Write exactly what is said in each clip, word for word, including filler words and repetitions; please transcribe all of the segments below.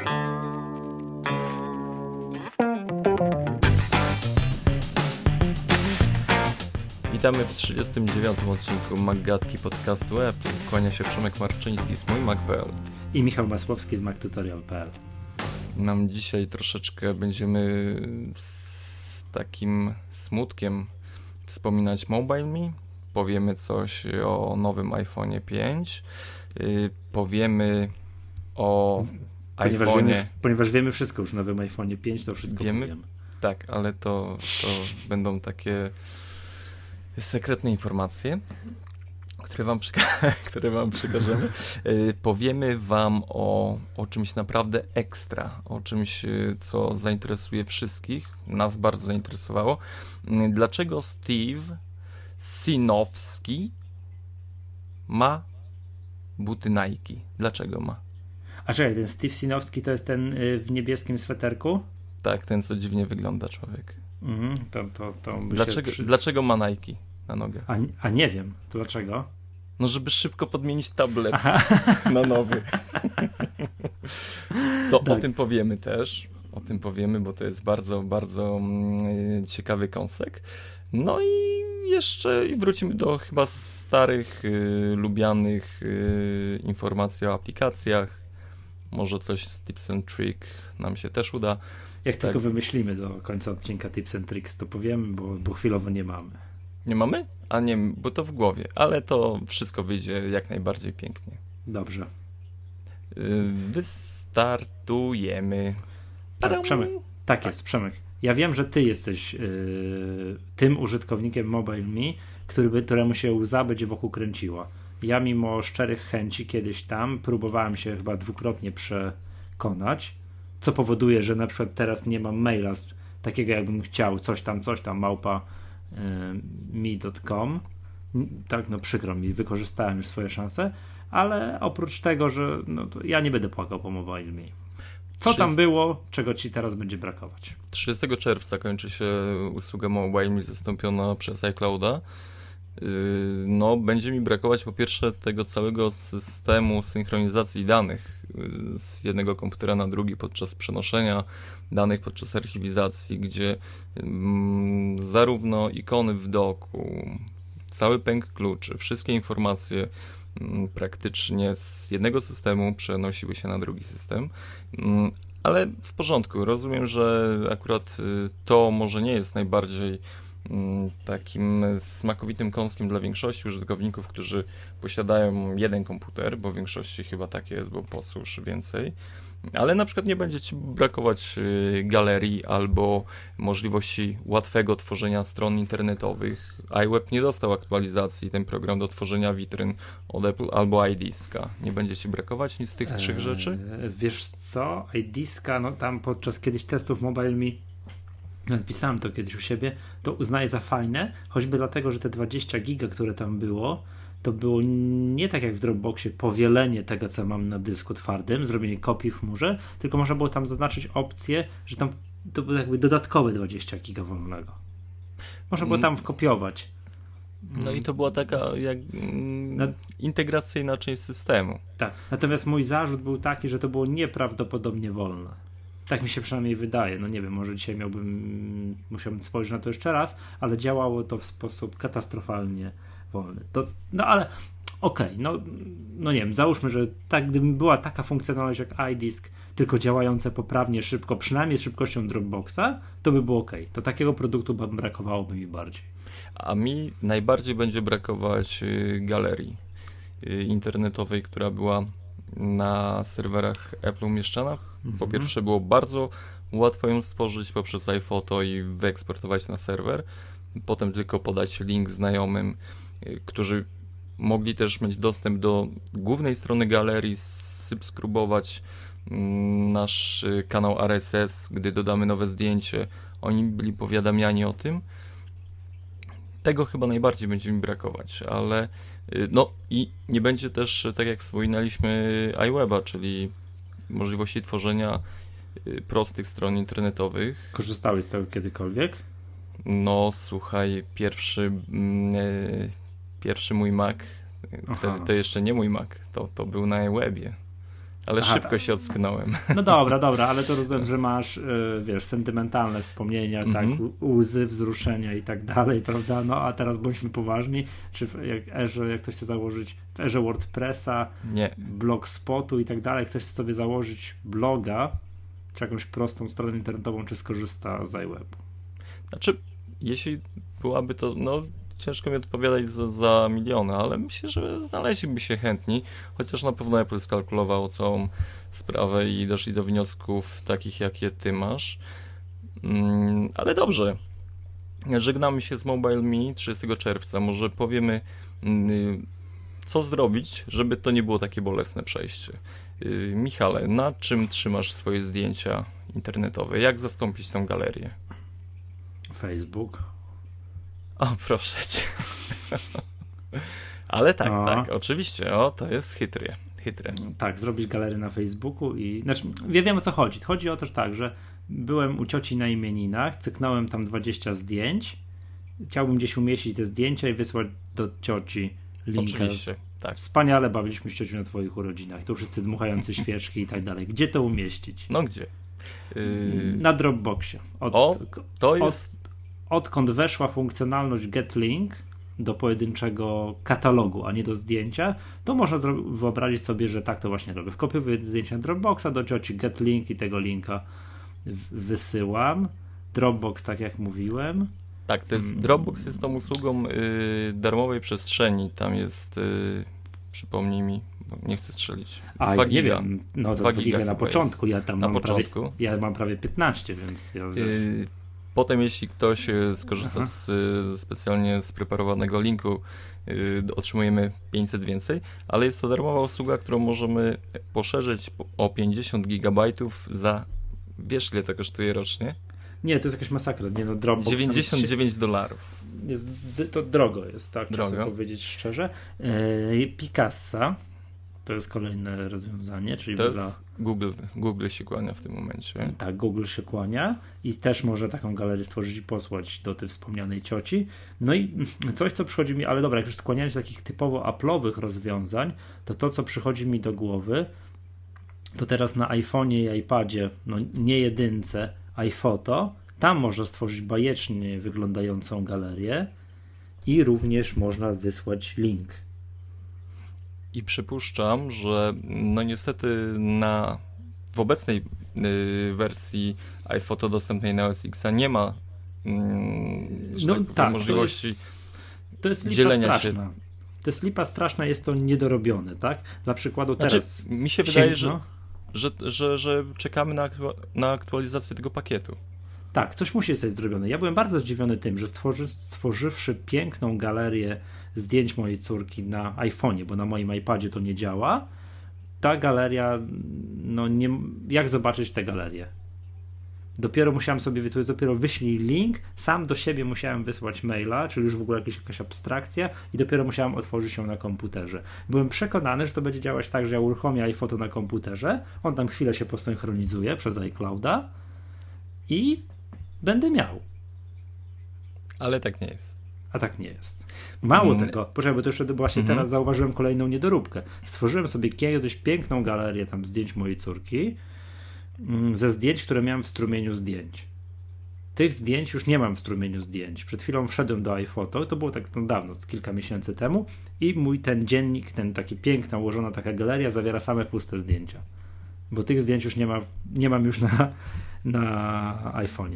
Witamy w trzydziestym dziewiątym odcinku Maggatki podcastu Apple. Kłania się Przemek Marczyński z mój mac kropka p l i Michał Masłowski z mac tutorial kropka p l. Nam dzisiaj troszeczkę będziemy z takim smutkiem wspominać MobileMe. Powiemy coś o nowym iPhone'ie pięć. Yy, powiemy o ponieważ iPhone'ie... Wiemy, ponieważ wiemy wszystko już o nowym iPhone'ie pięć, to wszystko wiemy? powiemy. Tak, ale to, to będą takie sekretne informacje, które wam, przeka- które wam przekażemy. Yy, powiemy wam o, o czymś naprawdę ekstra, o czymś, co zainteresuje wszystkich. Nas bardzo zainteresowało. Yy, dlaczego Steve Sinowski ma buty Nike? Dlaczego ma? A czekaj, ten Steve Sinowski to jest ten y, w niebieskim sweterku? Tak, ten co dziwnie wygląda człowiek. Mhm, to, to, to Dlaczego, przy... dlaczego ma Nike na nogach? A, a nie wiem, to dlaczego? No, żeby szybko podmienić tablet na nowy. To tak. O tym powiemy też. O tym powiemy, bo to jest bardzo, bardzo mm, ciekawy kąsek. No i jeszcze i wrócimy do chyba starych, y, lubianych y, informacji o aplikacjach. Może coś z Tips and Trick nam się też uda. Jak tak. tylko wymyślimy do końca odcinka Tips and Tricks, to powiemy, bo, bo chwilowo nie mamy. Nie mamy? A nie, bo to w głowie. Ale to wszystko wyjdzie jak najbardziej pięknie. Dobrze. Y, wystartujemy. Tak, Przemek. Tak, tak jest, Przemek. Ja wiem, że ty jesteś yy, tym użytkownikiem MobileMe, który by, któremu się łza będzie wokół kręciła. Ja mimo szczerych chęci kiedyś tam próbowałem się chyba dwukrotnie przekonać, co powoduje, że na przykład teraz nie mam maila z, takiego jakbym chciał, coś tam, coś tam, małpa yy, me kropka com. Tak, no przykro mi, wykorzystałem już swoje szanse, ale oprócz tego, że no, to ja nie będę płakał po MobileMe. Co tam było, czego ci teraz będzie brakować? trzydziestego czerwca kończy się usługa MobileMe zastąpiona przez iClouda. No, będzie mi brakować po pierwsze tego całego systemu synchronizacji danych z jednego komputera na drugi podczas przenoszenia danych, podczas archiwizacji, gdzie mm, zarówno ikony w doku, cały pęk kluczy, wszystkie informacje mm, praktycznie z jednego systemu przenosiły się na drugi system. Mm, ale w porządku, rozumiem, że akurat to może nie jest najbardziej takim smakowitym kąskiem dla większości użytkowników, którzy posiadają jeden komputer, bo w większości chyba tak jest, bo po cóż więcej, ale na przykład nie będzie ci brakować galerii albo możliwości łatwego tworzenia stron internetowych. iWeb nie dostał aktualizacji, ten program do tworzenia witryn od Apple albo iDiska. Nie będzie ci brakować nic z tych eee, trzech rzeczy? Wiesz co, iDiska, no tam podczas kiedyś testów MobileMe napisałem to kiedyś u siebie, to uznaję za fajne, choćby dlatego, że te dwadzieścia giga, które tam było, to było nie tak jak w Dropboxie powielenie tego, co mam na dysku twardym, zrobienie kopii w chmurze, tylko można było tam zaznaczyć opcję, że tam to było jakby dodatkowe dwadzieścia giga wolnego. Można było tam wkopiować. No i to była taka jak no, integracyjna część systemu. Tak, natomiast mój zarzut był taki, że to było nieprawdopodobnie wolne. Tak mi się przynajmniej wydaje. No nie wiem, może dzisiaj miałbym, musiałbym spojrzeć na to jeszcze raz, ale działało to w sposób katastrofalnie wolny. To, no ale okej, okay, no, no nie wiem, załóżmy, że tak, gdyby była taka funkcjonalność jak iDisk, tylko działające poprawnie, szybko, przynajmniej z szybkością Dropboxa, to by było okej. Okay. To takiego produktu brakowałoby mi bardziej. A mi najbardziej będzie brakować galerii internetowej, która była na serwerach Apple umieszczana. Po pierwsze było bardzo łatwo ją stworzyć poprzez iPhoto i wyeksportować na serwer. Potem tylko podać link znajomym, którzy mogli też mieć dostęp do głównej strony galerii, subskrybować nasz kanał R S S, gdy dodamy nowe zdjęcie. Oni byli powiadamiani o tym. Tego chyba najbardziej będzie mi brakować, ale no i nie będzie też, tak jak wspominaliśmy, iWeba, czyli możliwości tworzenia prostych stron internetowych. Korzystałeś z tego kiedykolwiek? No słuchaj, pierwszy yy, pierwszy mój Mac, wtedy to jeszcze nie mój Mac, to, to był na iWebie. Ale Aha, szybko tak. się ocknąłem. No dobra, dobra, ale to rozumiem, że masz, yy, wiesz, sentymentalne wspomnienia, Mhm. tak, u- łzy, wzruszenia i tak dalej, prawda? No a teraz bądźmy poważni, czy w jak, erze, jak ktoś chce założyć w erze WordPressa, Nie. Blogspotu i tak dalej, ktoś chce sobie założyć bloga, czy jakąś prostą stronę internetową, czy skorzysta z iWebu? Znaczy, jeśli byłaby to, no ciężko mi odpowiadać za, za miliony, ale myślę, że znaleźliby się chętni, chociaż na pewno Apple skalkulowało całą sprawę i doszli do wniosków takich, jakie ty masz. Mm, ale dobrze. Żegnamy się z MobileMe trzydziestego czerwca. Może powiemy, mm, co zrobić, żeby to nie było takie bolesne przejście. Yy, Michale, na czym trzymasz swoje zdjęcia internetowe? Jak zastąpić tę galerię? Facebook. O, proszę cię. Ale tak, O. tak, oczywiście. O, to jest chytrie. Chytrie. Tak, zrobić galerię na Facebooku i... Znaczy, ja wiem o co chodzi. Chodzi o to, że tak, że byłem u cioci na imieninach, cyknąłem tam dwadzieścia zdjęć, chciałbym gdzieś umieścić te zdjęcia i wysłać do cioci linka. Oczywiście, tak. Wspaniale bawiliśmy się ciocią na twoich urodzinach. Tu wszyscy dmuchający świeczki i tak dalej. Gdzie to umieścić? No gdzie? Yy... Na Dropboxie. Od, O, to od, jest... odkąd weszła funkcjonalność Get Link do pojedynczego katalogu, a nie do zdjęcia, to można zro- wyobrazić sobie, że tak to właśnie robię. Wkopiuję zdjęcia na Dropboxa do cioci, Get Link i tego linka w- wysyłam. Dropbox, tak jak mówiłem. Tak, to jest... Dropbox jest tą usługą yy, darmowej przestrzeni. Tam jest... Yy... Przypomnij mi, bo nie chcę strzelić. A dwa ja nie giga. wiem, no to dwa dwa giga giga na chyba początku, ja tam na mam początku. prawie, ja mam prawie piętnaście, więc ja, Yy, Potem, jeśli ktoś yy, skorzysta Aha. z yy, specjalnie spreparowanego linku, yy, otrzymujemy pięćset więcej, ale jest to darmowa usługa, którą możemy poszerzyć po- o pięćdziesiąt gigabajtów za... Wiesz, ile to kosztuje rocznie? nie, to jest jakaś masakra, nie no, Dropbox tam dziewięćdziesiąt jest, dziewięć dolarów. jest, to drogo jest, tak, Drogo. chcę powiedzieć szczerze. E, Picasa to jest kolejne rozwiązanie, czyli To dla... jest Google, Google się kłania w tym momencie. Tak, Google się kłania i też może taką galerię stworzyć i posłać do tej wspomnianej cioci. No i coś, co przychodzi mi, ale dobra, jak już skłanianie się takich typowo Apple'owych rozwiązań, to to, co przychodzi mi do głowy, to teraz na iPhone'ie i iPadzie, no nie jedynce, iPhoto, tam można stworzyć bajecznie wyglądającą galerię i również można wysłać link. I przypuszczam, że no niestety na w obecnej y, wersji iPhoto dostępnej na O S X a nie ma mm, że No tak powiem, tak, możliwości to jest, to jest lipa dzielenia straszna. się. To jest lipa straszna, jest to niedorobione, tak? Dla przykładu Znaczy, teraz... mi się wydaje, sięgno- że, że, że, że czekamy na, aktu- na aktualizację tego pakietu. Tak, coś musi zostać zrobione. Ja byłem bardzo zdziwiony tym, że stworzy, stworzywszy piękną galerię zdjęć mojej córki na iPhone'ie, bo na moim iPadzie to nie działa, ta galeria, no nie, jak zobaczyć tę galerię? Dopiero musiałem sobie, to jest dopiero wyślij link, sam do siebie musiałem wysłać maila, czyli już w ogóle jakaś, jakaś abstrakcja i dopiero musiałem otworzyć ją na komputerze. Byłem przekonany, że to będzie działać tak, że ja uruchomię iPhoto na komputerze, on tam chwilę się posynchronizuje przez iClouda i będę miał. Ale tak nie jest. A tak nie jest. Mało Mm. tego, poczekaj, bo to jeszcze właśnie Mhm. teraz zauważyłem kolejną niedoróbkę. Stworzyłem sobie kiedyś piękną galerię tam zdjęć mojej córki mm, ze zdjęć, które miałem w strumieniu zdjęć. Tych zdjęć już nie mam w strumieniu zdjęć. Przed chwilą wszedłem do iPhoto, to było tak no, dawno, kilka miesięcy temu i mój ten dziennik, ten taki piękna, ułożona taka galeria zawiera same puste zdjęcia. Bo tych zdjęć już nie, ma, nie mam już na, na iPhone'ie.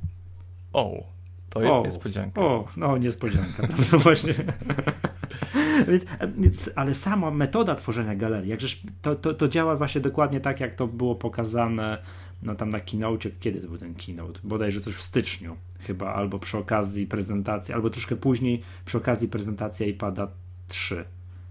O, to jest O, niespodzianka. O, no niespodzianka, prawda właśnie. więc, więc, ale sama metoda tworzenia galerii, jakżeż to, to, to działa właśnie dokładnie tak, jak to było pokazane no tam na keynote. Kiedy to był ten keynote? Bodajże coś w styczniu chyba, albo przy okazji prezentacji, albo troszkę później przy okazji prezentacji iPada trzy.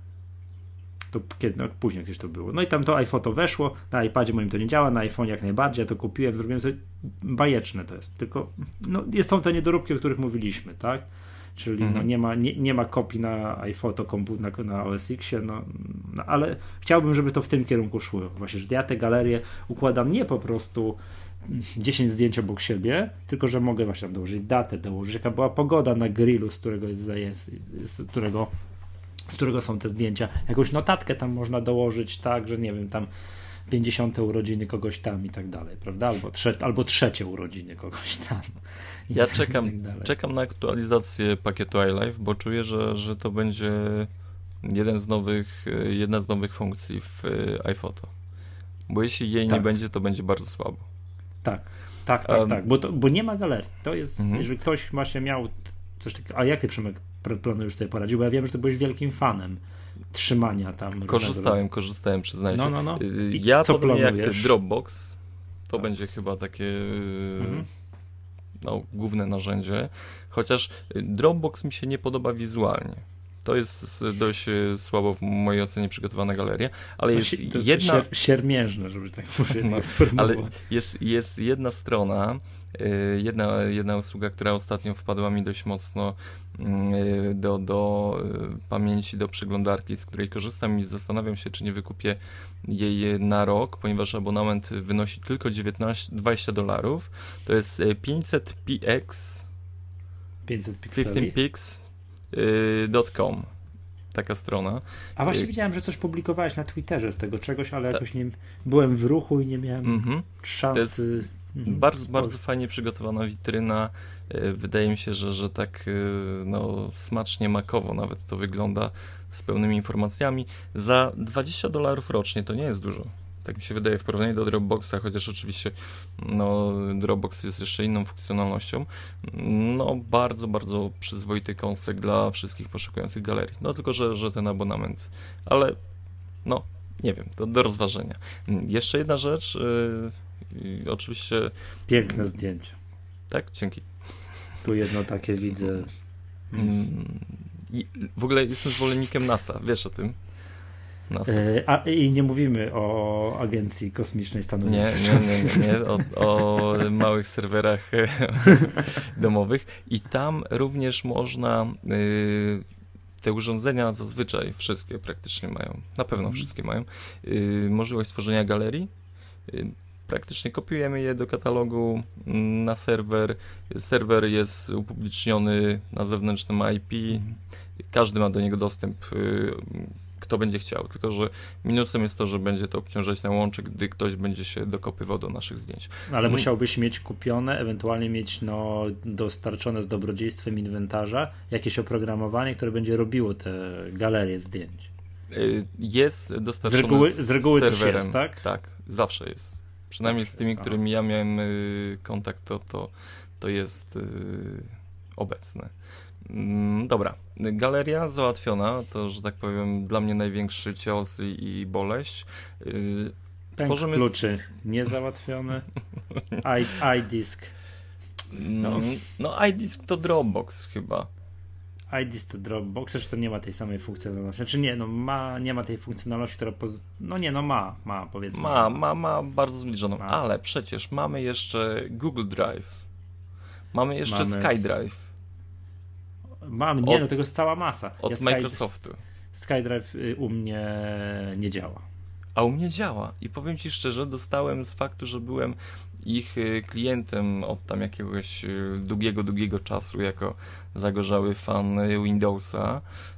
To kiedy, no, później gdzieś to było. No i tam to iPhoto weszło, na iPadzie moim to nie działa, na iPhone'ie jak najbardziej, ja to kupiłem, zrobiłem sobie, bajeczne to jest, tylko no, są te niedoróbki, o których mówiliśmy, tak? Czyli Mhm. no, nie, ma, nie, nie ma kopii na iPhoto kompu- na, na O S X-ie, no, no, ale chciałbym, żeby to w tym kierunku szło. Właśnie, że ja te galerie układam nie po prostu dziesięć zdjęć obok siebie, tylko że mogę właśnie tam dołożyć datę, dołożyć jaka była pogoda na grillu, z którego jest zajęty, z którego z którego są te zdjęcia. Jakąś notatkę tam można dołożyć, tak, że nie wiem, tam pięćdziesiąte urodziny kogoś tam i tak dalej, prawda? Albo, trze albo trzecie urodziny kogoś tam. Ja czekam, tak czekam na aktualizację pakietu iLife, bo czuję, że, że to będzie jeden z nowych, jedna z nowych funkcji w iPhoto. Bo jeśli jej tak. nie będzie, to będzie bardzo słabo. Tak, tak, tak, um, tak, bo, to, bo nie ma galerii. To jest, mhm. jeżeli ktoś właśnie miał coś takiego, a jak ty, Przemek, planujesz sobie poradzić? Bo ja wiem, że ty byłeś wielkim fanem trzymania tam. Korzystałem, korzystałem, przyznaję się. No, no, no. Ja co podobnie jak Dropbox, to tak. będzie chyba takie mhm. no, główne narzędzie, chociaż Dropbox mi się nie podoba wizualnie. To jest dość słabo w mojej ocenie przygotowana galeria, ale jest, to jest jedna... Sier siermiężne, żeby tak no, ale jest, jest jedna strona, jedna, jedna usługa, która ostatnio wpadła mi dość mocno do, do pamięci, do przeglądarki, z której korzystam i zastanawiam się, czy nie wykupię jej na rok, ponieważ abonament wynosi tylko dziewiętnaście, dwadzieścia dolarów. To jest pięćset p x pięćset pikseli. piętnaście pix kropka com. Taka strona. A właśnie widziałem, że coś publikowałeś na Twitterze z tego czegoś, ale Ta. jakoś nie byłem w ruchu i nie miałem mm-hmm. szansy. Mhm. Bardzo, bardzo fajnie przygotowana witryna. Wydaje mi się, że, że tak no, smacznie makowo nawet to wygląda z pełnymi informacjami. Za dwadzieścia dolarów rocznie to nie jest dużo. Tak mi się wydaje w porównaniu do Dropboxa, chociaż oczywiście no, Dropbox jest jeszcze inną funkcjonalnością. No bardzo, bardzo przyzwoity kąsek dla wszystkich poszukujących galerii. No tylko, że, że ten abonament. Ale no, nie wiem, to do rozważenia. Jeszcze jedna rzecz. Yy, oczywiście... Piękne zdjęcie. Tak? Dzięki. Tu jedno takie widzę. Mm. I w ogóle jestem zwolennikiem NASA. Wiesz o tym? Yy, a, I nie mówimy o Agencji Kosmicznej Stanów Zjednoczonych. Nie, nie, nie, nie, nie. O, o małych serwerach domowych. I tam również można yy, te urządzenia zazwyczaj wszystkie praktycznie mają, na pewno mm. wszystkie mają, yy, możliwość stworzenia galerii. Yy, praktycznie kopiujemy je do katalogu na serwer. Serwer jest upubliczniony na zewnętrznym I P. Mm. Każdy ma do niego dostęp, yy, kto będzie chciał, tylko że minusem jest to, że będzie to obciążać na łącze, gdy ktoś będzie się dokopywał do naszych zdjęć. Ale musiałbyś mieć kupione, ewentualnie mieć no, dostarczone z dobrodziejstwem inwentarza jakieś oprogramowanie, które będzie robiło te galerie zdjęć. Jest dostarczone z reguły, z reguły serwerem. Coś jest, tak? Tak, zawsze jest. Przynajmniej tak z tymi, jest, którymi ja miałem kontakt, to, to, to jest obecne. Dobra, galeria załatwiona, to, że tak powiem, dla mnie największy cios i, i boleść. Pęk Tworzymy kluczy z... niezałatwione. I, iDisk. No, no iDisk to Dropbox chyba. iDisk to Dropbox, zresztą nie ma tej samej funkcjonalności. Znaczy nie, no ma, nie ma tej funkcjonalności, która poz... no nie, no ma, ma powiedzmy. Ma, ma, ma bardzo zbliżoną, ma. Ale przecież mamy jeszcze Google Drive. Mamy jeszcze mamy... SkyDrive. Mam, nie, od, no tego jest cała masa. Od ja Microsoftu. SkyDrive u mnie nie działa. A u mnie działa. I powiem Ci szczerze, dostałem z faktu, że byłem ich klientem od tam jakiegoś długiego, długiego czasu, jako zagorzały fan Windowsa.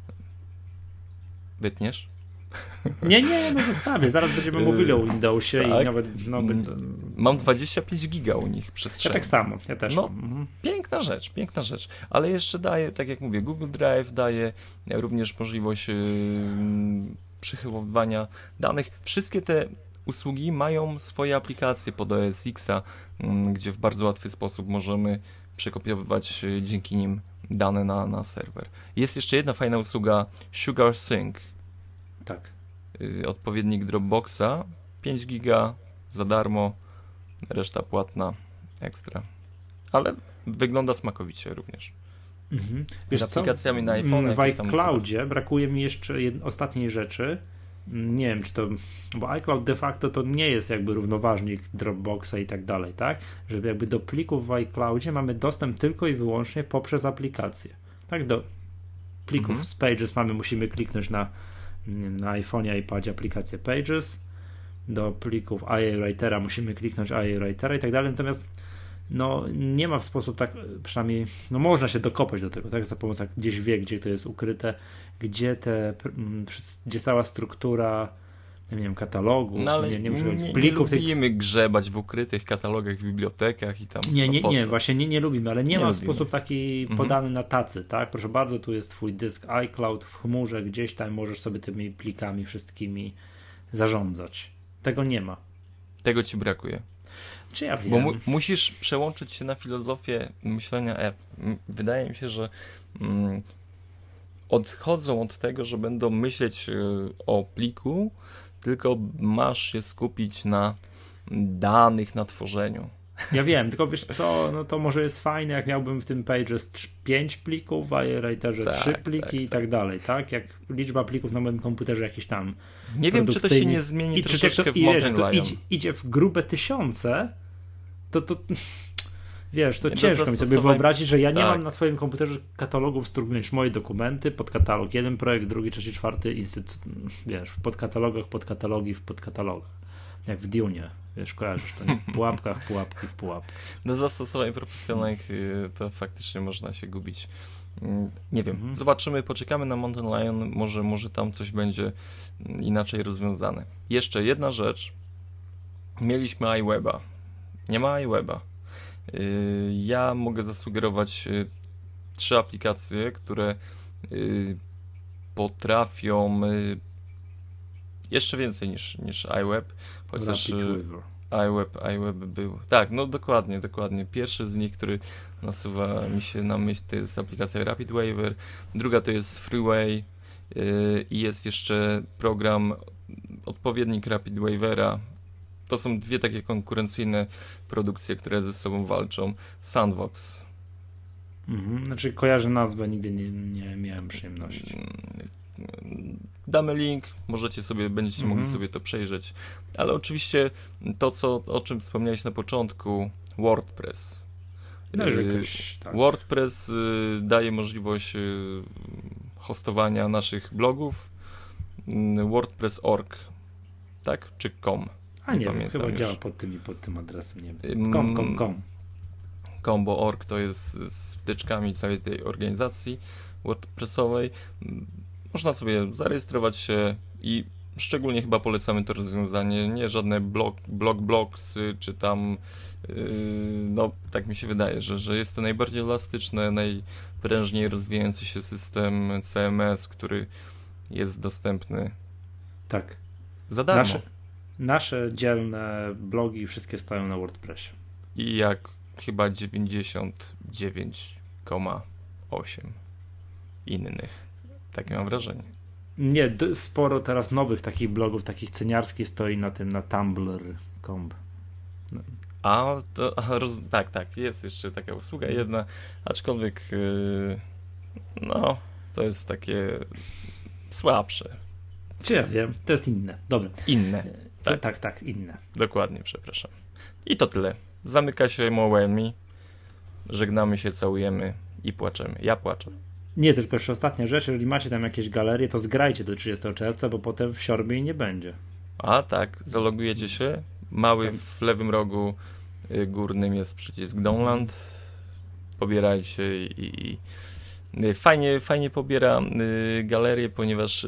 Wytniesz? Nie, nie, no zostawię. Zaraz będziemy mówili o Windowsie tak. i nawet... No, by... Mam dwadzieścia pięć giga u nich przestrzeni. Ja tak samo, ja też. No, mhm. Piękna rzecz, piękna rzecz. Ale jeszcze daje, tak jak mówię, Google Drive daje również możliwość yy, przychowywania danych. Wszystkie te usługi mają swoje aplikacje pod O S X-a, yy, gdzie w bardzo łatwy sposób możemy przekopiowywać yy, dzięki nim dane na, na serwer. Jest jeszcze jedna fajna usługa, SugarSync. Tak. Yy, odpowiednik Dropboxa, pięć giga za darmo, reszta płatna, ekstra. Ale wygląda smakowicie również. Mhm. Z aplikacjami co? na iPhone. W iCloudzie brakuje mi jeszcze jed... ostatniej rzeczy. Nie wiem, czy to... Bo iCloud de facto to nie jest jakby równoważnik Dropboxa i tak dalej, tak? Że jakby do plików w iCloudzie mamy dostęp tylko i wyłącznie poprzez aplikację. Tak, do plików mhm. z Pages mamy, musimy kliknąć na na iPhone'ie, iPadzie aplikację Pages, do plików I A Writera musimy kliknąć I A Writera i tak dalej, natomiast no nie ma w sposób tak, przynajmniej no można się dokopać do tego, tak, za pomocą, gdzieś wie, gdzie to jest ukryte, gdzie te, gdzie cała struktura nie wiem, katalogów, no, ale nie, nie, nie, nie, plików. Nie lubimy tych... grzebać w ukrytych katalogach w bibliotekach i tam. Nie, nie, nie, właśnie nie, nie lubimy, ale nie, nie ma w sposób taki mhm. podany na tacy, tak? Proszę bardzo, tu jest twój dysk iCloud w chmurze, gdzieś tam możesz sobie tymi plikami wszystkimi zarządzać. Tego nie ma. Tego ci brakuje. Czy ja wiem? Bo mu, musisz przełączyć się na filozofię myślenia app. Wydaje mi się, że mm, odchodzą od tego, że będą myśleć y, o pliku, tylko masz się skupić na danych, na tworzeniu. Ja wiem, tylko wiesz co, no to może jest fajne, jak miałbym w tym Pages pięć plików, a w Writerze tak, trzy pliki tak, i tak, tak dalej, tak? Jak liczba plików na moim komputerze jakiś tam nie wiem, czy to się nie zmieni i troszeczkę to, w Mountain Lion. Idzie, idzie w grube tysiące, to to wiesz, to nie ciężko mi sobie wyobrazić, że ja nie tak. mam na swoim komputerze katalogów, z których mieć moje dokumenty, podkatalog, jeden projekt, drugi, trzeci, czwarty, instytut, wiesz, w podkatalogach, podkatalogi, w podkatalogach. Jak w Dune'ie, wiesz, kojarzysz to, nie? W pułapkach, pułapki w pułapkach. Do zastosowań profesjonalnych to faktycznie można się gubić. Nie wiem, mhm. zobaczymy, poczekamy na Mountain Lion, może, może tam coś będzie inaczej rozwiązane. Jeszcze jedna rzecz, mieliśmy iWeba, nie ma iWeba. Ja mogę zasugerować trzy aplikacje, które potrafią jeszcze więcej niż, niż iWeb, chociaż iWeb, iWeb był. Tak, no dokładnie, dokładnie. Pierwszy z nich, który nasuwa mi się na myśl, to jest aplikacja Rapid Waiver, druga to jest Freeway i jest jeszcze program, odpowiednik Rapid Waivera. To są dwie takie konkurencyjne produkcje, które ze sobą walczą. Sandbox. Mhm, znaczy kojarzę nazwę, nigdy nie, nie miałem przyjemności. Damy link, możecie sobie, będziecie mhm. mogli sobie to przejrzeć. Ale oczywiście to, co, o czym wspomniałeś na początku, WordPress. No, że ktoś, tak. WordPress y, daje możliwość y, hostowania naszych blogów. Y, WordPress kropka org, tak? Czy com? A nie, nie wiem, chyba już. Działa pod tym i pod tym adresem. Nie wiem. Com, com, com. com kropka org to jest z wtyczkami całej tej organizacji WordPressowej. Można sobie zarejestrować się i szczególnie chyba polecamy to rozwiązanie. Nie żadne blog, blog blocks, czy tam yy, no tak mi się wydaje, że, że jest to najbardziej elastyczne, najprężniej rozwijający się system C M S, który jest dostępny tak. za darmo. Nasze, nasze dzielne blogi wszystkie stoją na WordPressie. I jak chyba dziewięćdziesiąt dziewięć przecinek osiem innych. Takie mam wrażenie. Nie, d- sporo teraz nowych takich blogów, takich ceniarskich stoi na tym, na tumblr kropka com. No. A, to, a roz, tak, tak, jest jeszcze taka usługa jedna, aczkolwiek yy, no, to jest takie słabsze. Czy ja wiem, to jest inne. Dobra. Inne. Tak, tak, tak, inne. Dokładnie, przepraszam. I to tyle. Zamyka się Mobile.me, żegnamy się, całujemy i płaczemy. Ja płaczę. Nie, tylko jeszcze ostatnia rzecz, jeżeli macie tam jakieś galerie, to zgrajcie do trzydziestego czerwca, bo potem w siorbie nie będzie. A tak, zalogujecie się, mały w lewym rogu górnym jest przycisk Download, pobierajcie i, i fajnie, fajnie pobiera galerię, ponieważ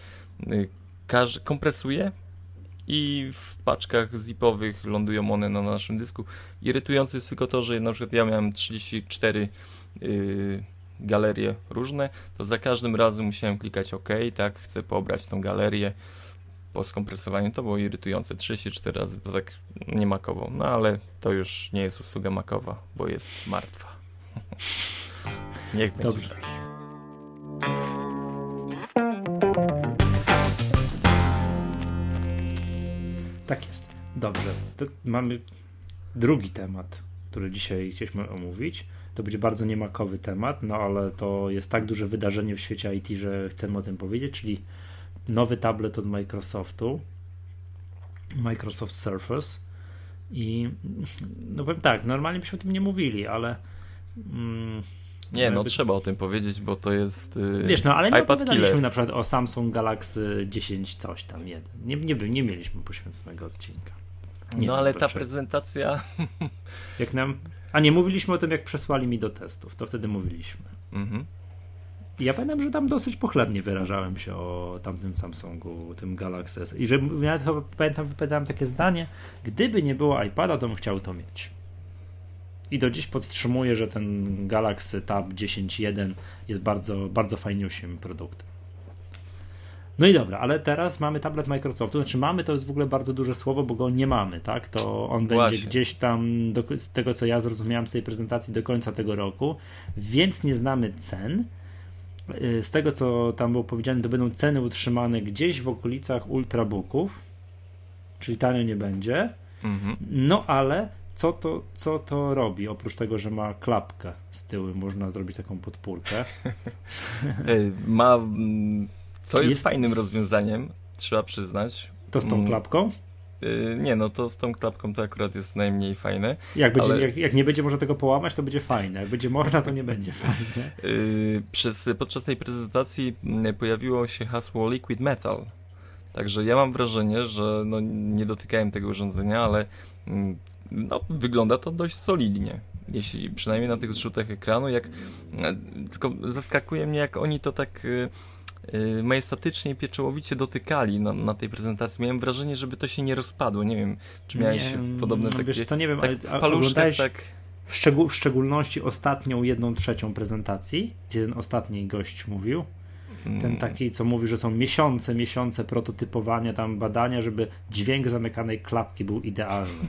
każ, kompresuje i w paczkach zipowych lądują one na naszym dysku. Irytujące jest tylko to, że na przykład ja miałem trzydzieści cztery yy, galerie różne, to za każdym razem musiałem klikać OK, tak, chcę pobrać tą galerię po skompresowaniu. To było irytujące. trzydzieści cztery razy to tak nie makowo. No ale to już nie jest usługa makowa, bo jest martwa. Niech będzie. Dobrze. Tak jest. Dobrze. To mamy drugi temat, który dzisiaj chcieliśmy omówić. To będzie bardzo niemakowy temat, no ale to jest tak duże wydarzenie w świecie I T, że chcemy o tym powiedzieć, czyli nowy tablet od Microsoftu, Microsoft Surface. I no powiem tak, normalnie byśmy o tym nie mówili, ale mm, nie, no jakby... trzeba o tym powiedzieć, bo to jest yy, wiesz, no ale nie iPad opowiadaliśmy killer. Na przykład o Samsung Galaxy dziesięć coś tam, jeden. Nie, nie, nie mieliśmy poświęconego odcinka. Nie no wiem, ale ta proszę. prezentacja... Jak nam... A nie, mówiliśmy o tym, jak przesłali mi do testów, to wtedy mówiliśmy. Mhm. Ja pamiętam, że tam dosyć pochlebnie wyrażałem się o tamtym Samsungu, tym Galaxy S. I że nawet chyba pamiętam, wypowiadałem takie zdanie, gdyby nie było iPada, to bym chciał to mieć. I do dziś podtrzymuję, że ten Galaxy Tab dziesięć jeden jest bardzo, bardzo fajniusiem produktem. No i dobra, ale teraz mamy tablet Microsoftu, znaczy mamy, to jest w ogóle bardzo duże słowo, bo go nie mamy, tak? To on Właśnie. będzie gdzieś tam, do, z tego co ja zrozumiałem z tej prezentacji, do końca tego roku, więc nie znamy cen. Z tego co tam było powiedziane, to będą ceny utrzymane gdzieś w okolicach ultrabooków, czyli tanio nie będzie. Mhm. No ale co to, co to robi? Oprócz tego, że ma klapkę z tyłu, można zrobić taką podpórkę. Ma, co jest, jest fajnym rozwiązaniem, trzeba przyznać. To z tą klapką? Nie, no to z tą klapką to akurat jest najmniej fajne. Jak, będzie, ale... jak, jak nie będzie można tego połamać, to będzie fajne. Jak będzie można, to nie będzie fajne. Przez, podczas tej prezentacji pojawiło się hasło Liquid Metal. Także ja mam wrażenie, że no, nie dotykałem tego urządzenia, ale no, wygląda to dość solidnie. Jeśli przynajmniej na tych zrzutach ekranu, jak tylko zaskakuje mnie, jak oni to tak majestatycznie i pieczołowicie dotykali na, na tej prezentacji. Miałem wrażenie, żeby to się nie rozpadło. Nie wiem, czy miałeś nie, podobne no, takie... Wiesz co, nie wiem, tak ale w paluszkach, tak... W, szczegół, w szczególności ostatnią jedną trzecią prezentacji, gdzie ten ostatni gość mówił, ten taki, co mówi, że są miesiące, miesiące prototypowania, tam badania, żeby dźwięk zamykanej klapki był idealny.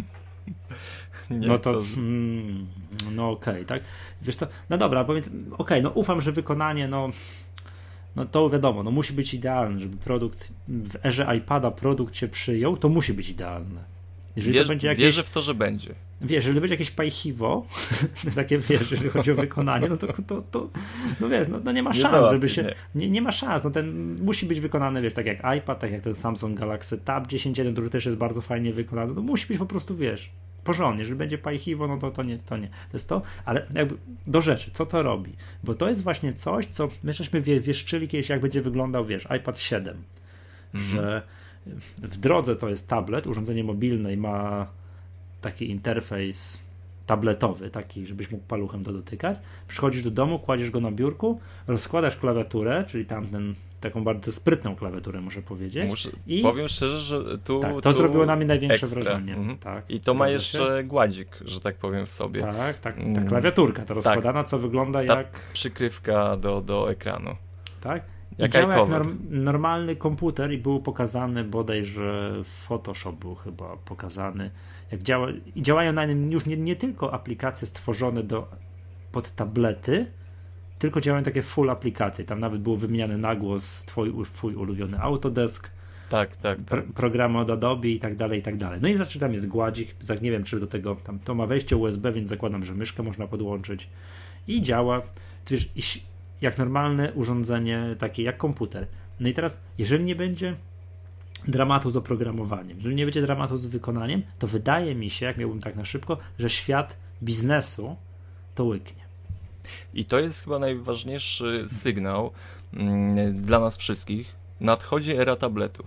Nie, no to, to... Mm, no okej, okay, tak? Wiesz co, no dobra, powiedz, okej, okay, no ufam, że wykonanie, no no to wiadomo, no musi być idealny, żeby produkt, w erze iPada produkt się przyjął, to musi być idealny. Jeżeli Wierz, to będzie jakieś, wierzę w to, że będzie. Wiesz, jeżeli będzie jakieś pajchiwo, takie wiesz, jeżeli chodzi o wykonanie, no to, to, to no wiesz, no, no nie ma szans, nie żeby się, nie. Nie, nie ma szans, no ten musi być wykonany, wiesz, tak jak iPad, tak jak ten Samsung Galaxy Tab dziesięć jeden, który też jest bardzo fajnie wykonany, no musi być po prostu, wiesz, porządnie, jeżeli będzie pajchiwo, no to, to nie, to nie, to jest to, ale jakby do rzeczy, co to robi, bo to jest właśnie coś, co my żeśmy wie, wieszczyli kiedyś, jak będzie wyglądał, wiesz, iPad siedem, mhm. że w drodze to jest tablet, urządzenie mobilne i ma taki interfejs tabletowy, taki, żebyś mógł paluchem to dotykać. Przychodzisz do domu, kładziesz go na biurku, rozkładasz klawiaturę, czyli tam ten, taką bardzo sprytną klawiaturę, muszę powiedzieć. Muszę, i powiem szczerze, że tu tak, to tu zrobiło na mnie największe ekstra. wrażenie. Mhm. Tak, i to ma jeszcze się? gładzik, że tak powiem w sobie. Tak, tak, ta klawiaturka, ta rozkładana, tak, co wygląda ta jak... przykrywka do, do ekranu. Tak? I jak działa jak norm, normalny komputer i był pokazany bodajże Photoshop był chyba pokazany. Jak działa, i działają na nim już nie, nie tylko aplikacje stworzone do, pod tablety, tylko działają takie full aplikacje. Tam nawet było wymieniane na głos twój, twój ulubiony Autodesk, tak, tak, tak. Pro, programy od Adobe i tak dalej, i tak dalej. No i znaczy tam jest gładzik, nie wiem czy do tego, tam to ma wejście U S B, więc zakładam, że myszkę można podłączyć i działa. Ty wiesz, i, jak normalne urządzenie, takie jak komputer. No i teraz, jeżeli nie będzie dramatu z oprogramowaniem, jeżeli nie będzie dramatu z wykonaniem, to wydaje mi się, jak miałbym tak na szybko, że świat biznesu to łyknie. I to jest chyba najważniejszy sygnał mm, dla nas wszystkich. Nadchodzi era tabletów.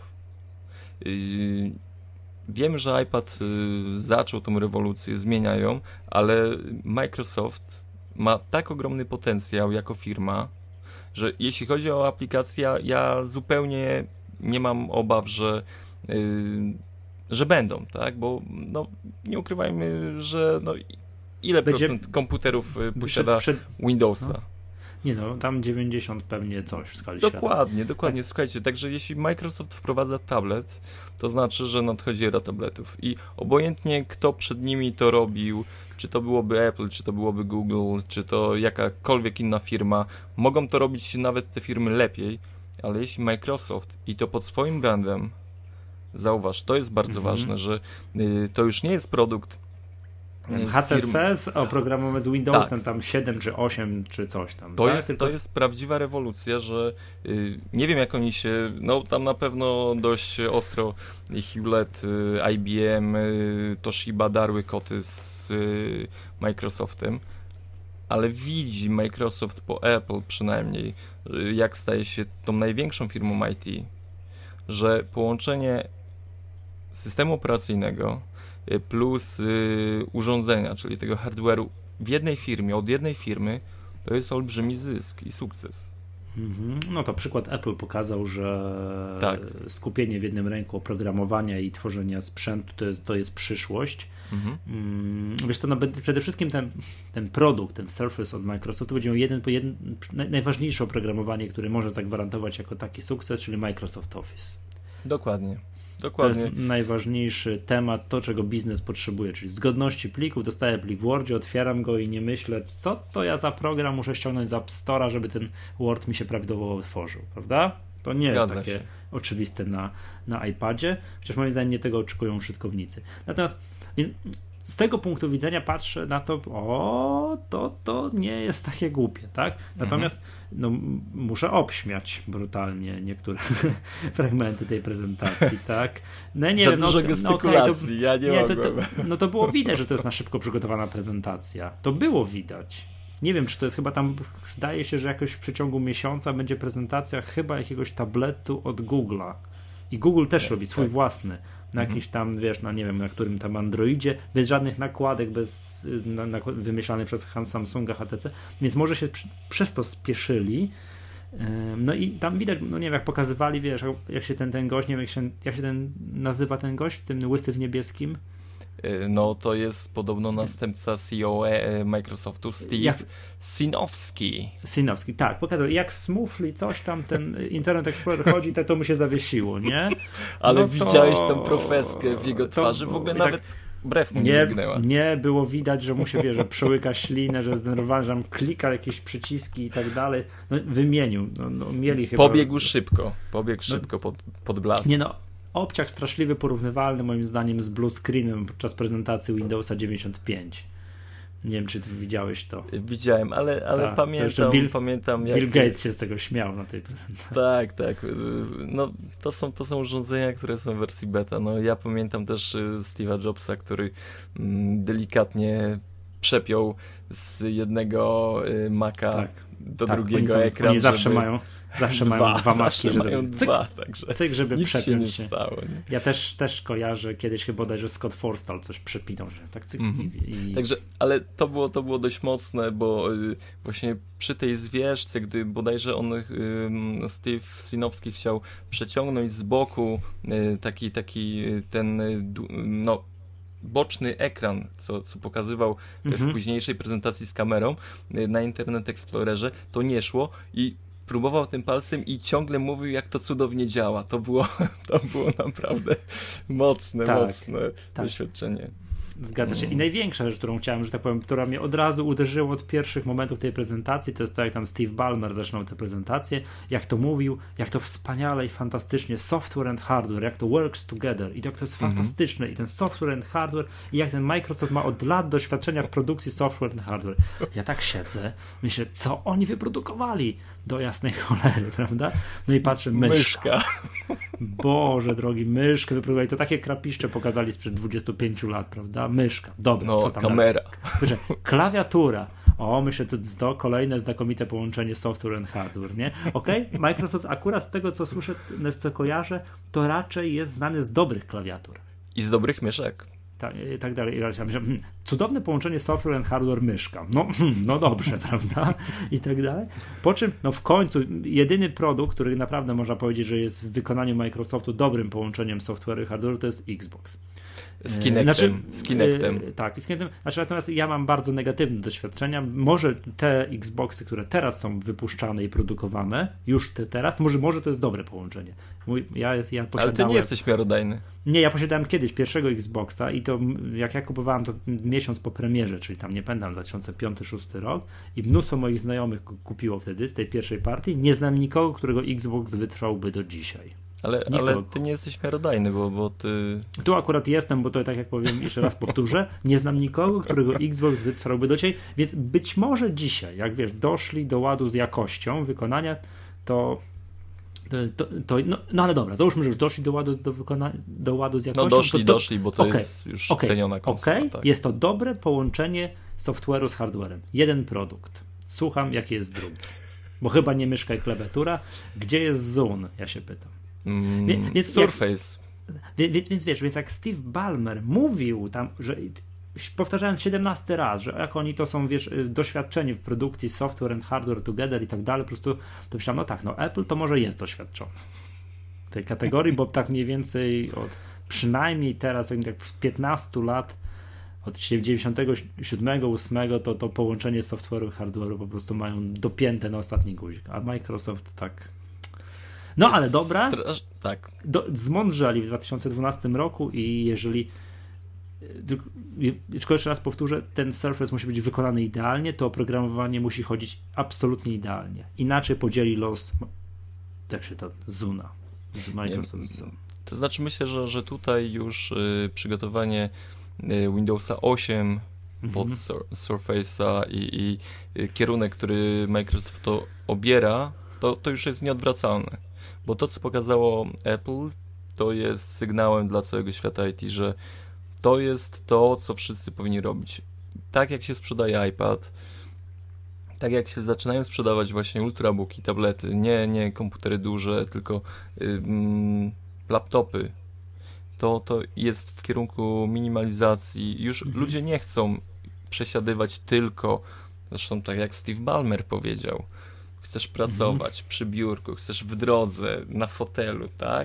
Yy, wiem, że iPad yy, zaczął tą rewolucję, zmieniają, ale Microsoft ma tak ogromny potencjał jako firma, że jeśli chodzi o aplikacje, ja zupełnie nie mam obaw, że, yy, że będą, tak? Bo no, nie ukrywajmy, że no, ile Będzie... procent komputerów posiada przed, przed... Windowsa? No. Nie no, tam dziewięćdziesiąt pewnie coś w skali Dokładnie, świata. dokładnie. Tak. Słuchajcie, także jeśli Microsoft wprowadza tablet, to znaczy, że nadchodzi era tabletów. I obojętnie kto przed nimi to robił, czy to byłoby Apple, czy to byłoby Google, czy to jakakolwiek inna firma, mogą to robić nawet te firmy lepiej, ale jeśli Microsoft i to pod swoim brandem, zauważ, to jest bardzo mhm. ważne, że y, to już nie jest produkt H T C z oprogramowane z Windowsem, tak. Tam siedem czy osiem czy coś tam. To, tak? jest, Tylko... to jest prawdziwa rewolucja, że y, nie wiem jak oni się, no tam na pewno dość ostro Hewlett, y, I B M, y, Toshiba darły koty z y, Microsoftem, ale widzi Microsoft po Apple przynajmniej, y, jak staje się tą największą firmą I T, że połączenie systemu operacyjnego plus y, urządzenia, czyli tego hardware'u w jednej firmie, od jednej firmy, to jest olbrzymi zysk i sukces. No to przykład Apple pokazał, że tak. skupienie w jednym ręku oprogramowania i tworzenia sprzętu to jest, to jest przyszłość. Mhm. Wiesz to, no, przede wszystkim ten, ten produkt, ten Surface od Microsoftu będzie miał jeden po jeden, najważniejsze oprogramowanie, które może zagwarantować jako taki sukces, czyli Microsoft Office. Dokładnie. Dokładnie. To jest najważniejszy temat, to czego biznes potrzebuje, czyli zgodności plików. Dostaję plik w Wordzie, otwieram go i nie myślę, co to ja za program muszę ściągnąć z App Store'a, żeby ten Word mi się prawidłowo otworzył, prawda? To nie Zgadza jest takie się. oczywiste na, na iPadzie, chociaż moim zdaniem nie tego oczekują użytkownicy. Natomiast z tego punktu widzenia patrzę na to, o, to, to nie jest takie głupie, tak? Natomiast no, muszę obśmiać brutalnie niektóre fragmenty tej prezentacji, tak? No nie Za wiem, dużo no, gestykulacji, no, okay, to, ja nie, nie mogę. To, to, no to było widać, że to jest na szybko przygotowana prezentacja. To było widać. Nie wiem, czy to jest chyba tam, zdaje się, że jakoś w przeciągu miesiąca będzie prezentacja chyba jakiegoś tabletu od Google'a. I Google też tak, robi swój tak. własny. Na jakiś tam, wiesz, no nie wiem, na którym tam Androidzie, bez żadnych nakładek, bez na, na, wymyślany przez Samsunga, H T C, więc może się przy, przez to spieszyli. No i tam widać, no nie wiem, jak pokazywali, wiesz, jak się ten, ten gość, nie wiem, jak się, jak się ten nazywa ten gość, ten łysy w niebieskim. No to jest podobno następca C E O Microsoftu, Steve jak... Sinowski. Sinowski, tak. Pokazał, jak smoothly coś tam, ten Internet Explorer chodzi, tak to mu się zawiesiło, nie? Ale no widziałeś to... tą profeskę w jego twarzy, to... w ogóle nawet tak... brew mu nie, nie mignęła. Nie, było widać, że mu się wie, że przełyka ślinę, że jest zdenerwowany, że klika jakieś przyciski i tak dalej. No, wymienił. No, no, mieli chyba... Pobiegł szybko. Pobiegł szybko no... pod, pod blask. Nie no. Obciach straszliwie porównywalny moim zdaniem z blue screenem podczas prezentacji Windowsa dziewięćdziesiąt pięć. Nie wiem, czy ty widziałeś to. Widziałem, ale, ale Ta, pamiętam, Bill, pamiętam jak... Bill Gates się z tego śmiał na tej prezentacji. Tak, tak. No, to są, to są urządzenia, które są w wersji beta. No, ja pamiętam też Steve'a Jobsa, który delikatnie przepiął z jednego Maca tak, do tak, drugiego oni tam, ekran. Oni zawsze mają Zawsze dwa, mają dwa maki, że mają cyk, dwa, także cyk, żeby nic przepiąć się nie stało. Nie? Ja też, też kojarzę, kiedyś chyba bodajże Scott Forstall coś przepinał, że tak cyk mm-hmm. i... Także, ale to było, to było dość mocne, bo y, właśnie przy tej zwierzce, gdy bodajże on, y, Steve Sinowski chciał przeciągnąć z boku y, taki, taki ten, y, no boczny ekran, co, co pokazywał mm-hmm. w późniejszej prezentacji z kamerą y, na Internet Explorerze, to nie szło i próbował tym palcem i ciągle mówił, jak to cudownie działa. To było, to było naprawdę mocne, tak, mocne tak. doświadczenie. Zgadza się. I największa rzecz, którą chciałem, że tak powiem, która mnie od razu uderzyła od pierwszych momentów tej prezentacji, to jest to, jak tam Steve Ballmer zaczynał tę prezentację, jak to mówił, jak to wspaniale i fantastycznie software and hardware, jak to works together i jak to jest mm-hmm. fantastyczne i ten software and hardware i jak ten Microsoft ma od lat doświadczenia w produkcji software and hardware. Ja tak siedzę, myślę, co oni wyprodukowali do jasnej cholery, prawda? No i patrzę, myszka. myszka. Boże drogi, myszkę wyprodukowali. To takie krapiszcze pokazali sprzed dwudziestu pięciu lat, prawda? Myszka. Dobra, no, co tam kamera. Dalej? Klawiatura. O, myślę, to, to kolejne znakomite połączenie software and hardware, nie? Okej, okay? Microsoft akurat z tego, co słyszę, co kojarzę, to raczej jest znany z dobrych klawiatur. I z dobrych myszek. Tak, i tak dalej. I myślę, hmm, cudowne połączenie software and hardware myszka. No, hmm, no dobrze, prawda? I tak dalej. Po czym, no w końcu, jedyny produkt, który naprawdę można powiedzieć, że jest w wykonaniu Microsoftu dobrym połączeniem software i hardware, to jest Xbox. Z Kinectem. Znaczy, z Kinectem. Yy, tak, z Kinectem. Znaczy, natomiast ja mam bardzo negatywne doświadczenia. Może te Xboxy, które teraz są wypuszczane i produkowane, już te teraz, może, może to jest dobre połączenie. Mój, ja, ja posiadałem... Ale ty nie jesteś miarodajny. Nie, ja posiadałem kiedyś pierwszego Xboxa i to jak ja kupowałem to miesiąc po premierze, czyli tam nie pamiętam, dwa tysiące piąty, dwa tysiące szósty rok i mnóstwo moich znajomych kupiło wtedy z tej pierwszej partii. Nie znam nikogo, którego Xbox wytrwałby do dzisiaj. Ale, ale ty nie jesteś miarodajny, bo, bo ty... Tu akurat jestem, bo to tak jak powiem, jeszcze raz powtórzę, nie znam nikogo, którego Xbox wytrwałby do dzisiaj, więc być może dzisiaj, jak wiesz, doszli do ładu z jakością wykonania, to... To, to, to, no, no ale dobra, załóżmy, że już doszli do ładu, do wykonania, do ładu z jakością. No doszli, to, to, doszli, bo to okay, jest już okay, ceniona konsola. Okej, okay, tak. Jest to dobre połączenie software'u z hardwarem. Jeden produkt. Słucham, jaki jest drugi. Bo chyba nie myszka i klawiatura. Gdzie jest Zune? Ja się pytam. Mm, Wie, więc Surface. Jak, więc, więc wiesz, więc jak Steve Ballmer mówił tam, że powtarzając siedemnasty raz, że jak oni to są, wiesz, doświadczeni w produkcji software and hardware together i tak dalej, po prostu to myślałem, no tak, no Apple to może jest doświadczony w tej kategorii, bo tak mniej więcej od przynajmniej teraz, tak piętnaście lat, od dziewięćdziesiątego siódmego ósmego to, to połączenie software'u i hardware'u po prostu mają dopięte na ostatni guzik, a Microsoft tak... No ale dobra, Straż... tak. do, zmądrzeli w dwa tysiące dwunastym roku i jeżeli tylko jeszcze raz powtórzę, ten Surface musi być wykonany idealnie, to oprogramowanie musi chodzić absolutnie idealnie. Inaczej podzieli los, jak się to, Zuna. Z Microsoft Zuna. To znaczy myślę, że, że tutaj już y, przygotowanie y, Windowsa osiem mhm. pod sur- Surface'a i, i y, kierunek, który Microsoft to obiera, to, to już jest nieodwracalne. Bo to, co pokazało Apple, to jest sygnałem dla całego świata I T, że to jest to, co wszyscy powinni robić. Tak jak się sprzedaje iPad, tak jak się zaczynają sprzedawać właśnie ultrabooki, tablety, nie, nie komputery duże, tylko ym, laptopy, to, to jest w kierunku minimalizacji. Już mhm. ludzie nie chcą przesiadywać tylko, zresztą tak jak Steve Ballmer powiedział, chcesz pracować mhm. przy biurku, chcesz w drodze, na fotelu, tak?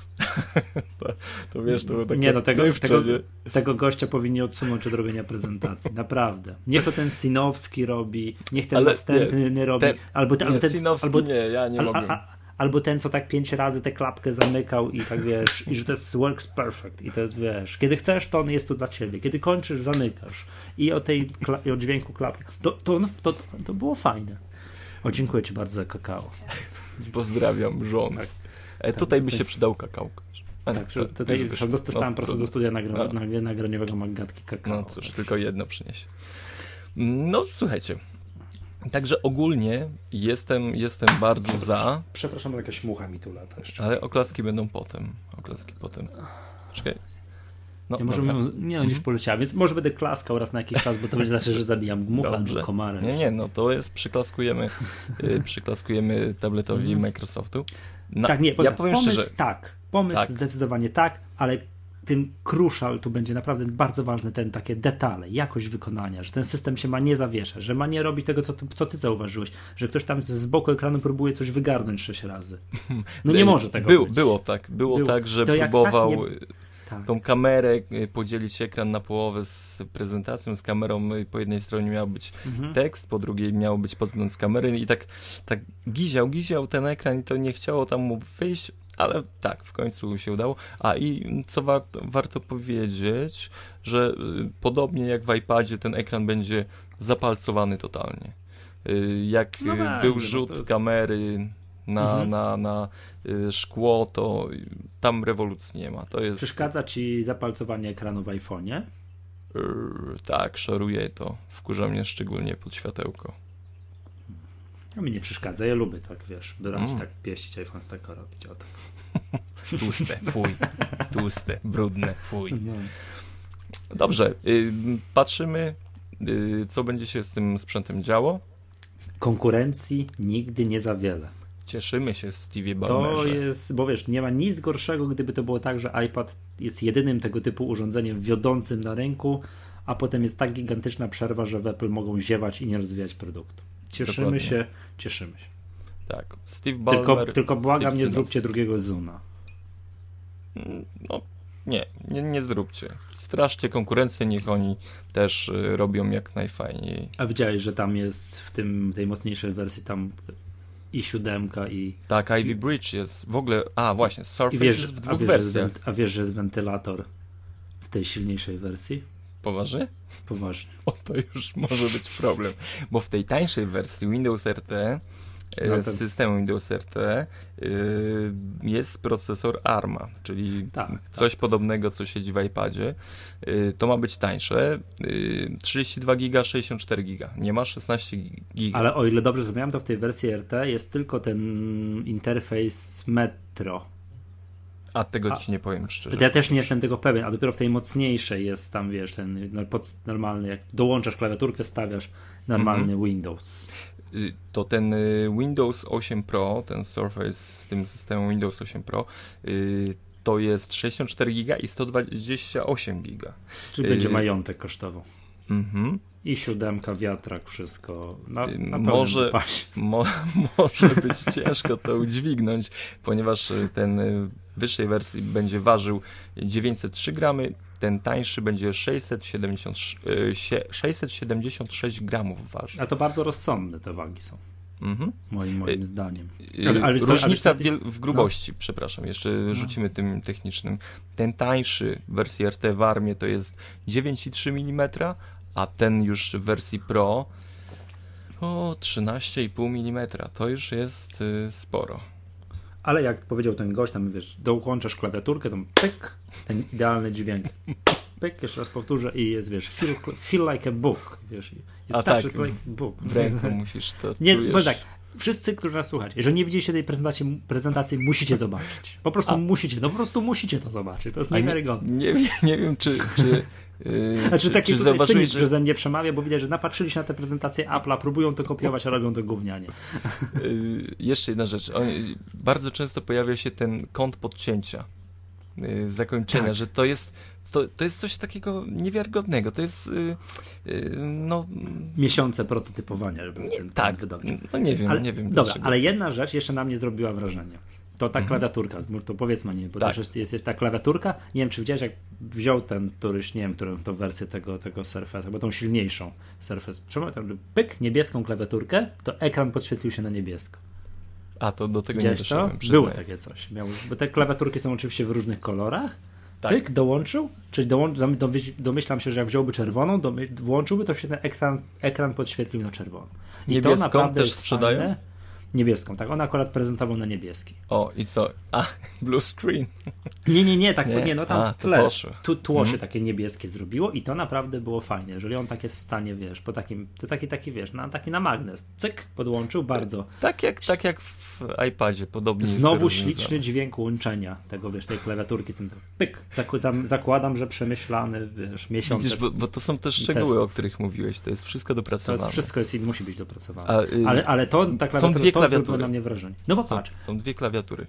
to, to wiesz, to takie nie, no tego, tego, tego gościa powinni odsunąć od robienia prezentacji, naprawdę. Niech to ten Sinowski robi, niech ten Ale następny nie, robi, ten, albo ten, nie, ten Sinowski albo, nie, ja nie al, mogę. A, albo ten, co tak pięć razy tę klapkę zamykał i tak wiesz, i że to jest works perfect i to jest, wiesz, kiedy chcesz, to on jest tu dla ciebie, kiedy kończysz, zamykasz i o tej kla- i o dźwięku klapki. To, to, to, to, to było fajne. O, dziękuję ci bardzo za kakao. Pozdrawiam żonę. Tak. E, tak, tutaj by się przydał kakao. A, tak, to, tutaj już dostałem no, po prostu do studia nagra- no. nagraniowego Maggatki kakao. No cóż, tak. Tylko jedno przyniesie. No słuchajcie, także ogólnie jestem, jestem bardzo za. Przepraszam, ale jakaś mucha mi tu lata jeszcze. Ale oklaski będą potem. Oklaski potem. Czekaj. No, ja może bym, nie, gdzieś poleciała, więc może będę klaskał raz na jakiś czas, bo to będzie znaczy, że zabijam mucha albo komara. Nie, nie, no to jest, przyklaskujemy, y, przyklaskujemy tabletowi mm. Microsoftu. Na, tak, nie, ja powiem pomysł szczerze, tak, pomysł tak. zdecydowanie tak, ale tym crucial tu będzie naprawdę bardzo ważny ten takie detale, jakość wykonania, że ten system się ma nie zawieszać, że ma nie robić tego, co, co ty zauważyłeś, że ktoś tam z boku ekranu próbuje coś wygarnąć sześć razy. No nie może tego Był, być. Było tak, było, było. tak, że to próbował... Tak nie... Tak. Tą kamerę, podzielić ekran na połowę z prezentacją, z kamerą, po jednej stronie miał być mhm. tekst, po drugiej miał być podgląd z kamery i tak, tak giział, giział ten ekran i to nie chciało tam mu wyjść, ale tak, w końcu się udało. A i co warto, warto powiedzieć, że y, podobnie jak w iPadzie ten ekran będzie zapalcowany totalnie. Y, jak no y, był rzut no jest... kamery na, mhm. na, na y, szkło, to tam rewolucji nie ma. To jest... Przeszkadza ci zapalcowanie ekranu w iPhone'ie? Yy, tak, szoruje to. Wkurza mnie szczególnie pod światełko. No mi nie przeszkadza, ja lubię tak, wiesz, brać mm. tak, pieścić iPhone z tak robić, o tak. Tłuste, fuj. Tłuste, brudne, fuj. No. Dobrze, y, patrzymy, y, co będzie się z tym sprzętem działo. Konkurencji nigdy nie za wiele. Cieszymy się, Stevie Ballmerze. To jest, bo wiesz, nie ma nic gorszego, gdyby to było tak, że iPad jest jedynym tego typu urządzeniem wiodącym na rynku, a potem jest tak gigantyczna przerwa, że w Apple mogą ziewać i nie rozwijać produktu. Cieszymy Dokładnie. się, cieszymy się. Tak, Steve Ballmer... Tylko, tylko błagam, Steve nie zróbcie drugiego Zuna. No, nie, nie, nie zróbcie. Straszcie konkurencję, niech oni też y, robią jak najfajniej. A widziałeś, że tam jest w tym, tej mocniejszej wersji tam i siódemka i... Tak, Ivy Bridge jest w ogóle... A, właśnie, Surface wiesz, jest w dwóch a wiesz, wersjach. A wiesz, że jest wentylator w tej silniejszej wersji? Poważnie? Poważnie. O, to już może być problem, bo w tej tańszej wersji Windows R T, no z ten... systemu Windows R T yy, jest procesor ARMA, czyli tak, coś tak. podobnego, co siedzi w iPadzie. Yy, to ma być tańsze. Yy, trzydzieści dwa giga, sześćdziesiąt cztery giga. Nie ma szesnaście giga. Ale o ile dobrze zrozumiałem, to w tej wersji R T jest tylko ten interfejs Metro. A tego a, ci nie powiem szczerze. Ja też nie jestem tego pewien, a dopiero w tej mocniejszej jest tam, wiesz, ten normalny, jak dołączasz klawiaturkę, stawiasz normalny mm-hmm. Windows. To ten Windows osiem Pro, ten Surface z tym systemem Windows osiem Pro, to jest sześćdziesiąt cztery giga i sto dwadzieścia osiem giga. Czyli będzie majątek kosztował. Mhm. I siódemka, wiatrak, wszystko na, na może, mo, może być ciężko to udźwignąć, ponieważ ten wyższej wersji będzie ważył dziewięćset trzy gramy, ten tańszy będzie sześćset siedemdziesiąt sześć gramów waży. A to bardzo rozsądne te wagi są. Mhm. Moim, moim zdaniem. Ale, ale, Różnica ale... w, w grubości, no. przepraszam, jeszcze no. rzucimy tym technicznym. Ten tańszy w wersji R T w armii to jest dziewięć przecinek trzy milimetra, a ten już w wersji Pro o trzynaście przecinek pięć milimetra. To już jest y, sporo. Ale jak powiedział ten gość, tam wiesz, dołączasz klawiaturkę, tam pyk, ten idealny dźwięk. Pyk, jeszcze raz powtórzę i jest, wiesz, feel, feel like a book, wiesz. A tak, like book. W ręku musisz to nie, czujesz. Bo tak, wszyscy, którzy nas słuchacie, jeżeli nie widzieliście tej prezentacji, prezentacji musicie zobaczyć. Po prostu A. musicie, no po prostu musicie to zobaczyć. To jest niewiarygodne. Nie, nie, nie wiem, czy... czy... Yy, znaczy, czy, taki czy zauważyłeś, że ze mnie przemawia, bo widać, że napatrzyli się na tę prezentację Apple'a, próbują to kopiować, a robią to gównianie. Yy, jeszcze jedna rzecz. On, bardzo często pojawia się ten kąt podcięcia yy, zakończenia, tak. że to jest, to, to jest coś takiego niewiarygodnego. To jest yy, yy, no... miesiące prototypowania, żeby nie, ten tak, no nie wiem, ale, nie wiem. Dobra, dlaczego. ale jedna rzecz jeszcze na mnie zrobiła wrażenie. To ta mhm. klawiaturka, to powiedzmy nie, bo tak. też jest, jest, jest ta klawiaturka, nie wiem czy widziałeś, jak wziął ten któryś, nie wiem, którą tą wersję tego, tego Surface, bo tą silniejszą Surface, czemu tam pyk, niebieską klawiaturkę, to ekran podświetlił się na niebiesko. A, to do tego Widziałeś nie doszedłem, to? przyznaję. Było takie coś. Miał, bo te klawiaturki są oczywiście w różnych kolorach. Tak. Pyk, dołączył, czyli dołącz, domyślam się, że jak wziąłby czerwoną, domy, włączyłby, to się ten ekran, ekran podświetlił na czerwono. I niebieską to naprawdę też jest sprzedają? Fajne. Niebieską, tak. On akurat prezentował na niebieski. O, i co? A, blue screen. Nie, nie, nie, tak, nie? nie, no tam A, w tle tu, tło się hmm. takie niebieskie zrobiło i to naprawdę było fajne. Jeżeli on tak jest w stanie, wiesz, po takim, to taki, taki, wiesz, na, taki na magnes, cyk, podłączył, bardzo. Tak jak, tak jak w iPadzie, podobnie. Znowu śliczny dźwięk łączenia tego, wiesz, tej klawiaturki, z tym pyk, zakładam, zakładam, że przemyślany, wiesz, miesiące. Widzisz, bo, bo to są te szczegóły, testów. O których mówiłeś, to jest wszystko dopracowane. To jest wszystko jest, musi być dopracowane. A, y, ale, ale to, ta klawiatura, są dwie to klawiatury. na mnie wrażenie. No bo są, patrz. Są dwie klawiatury.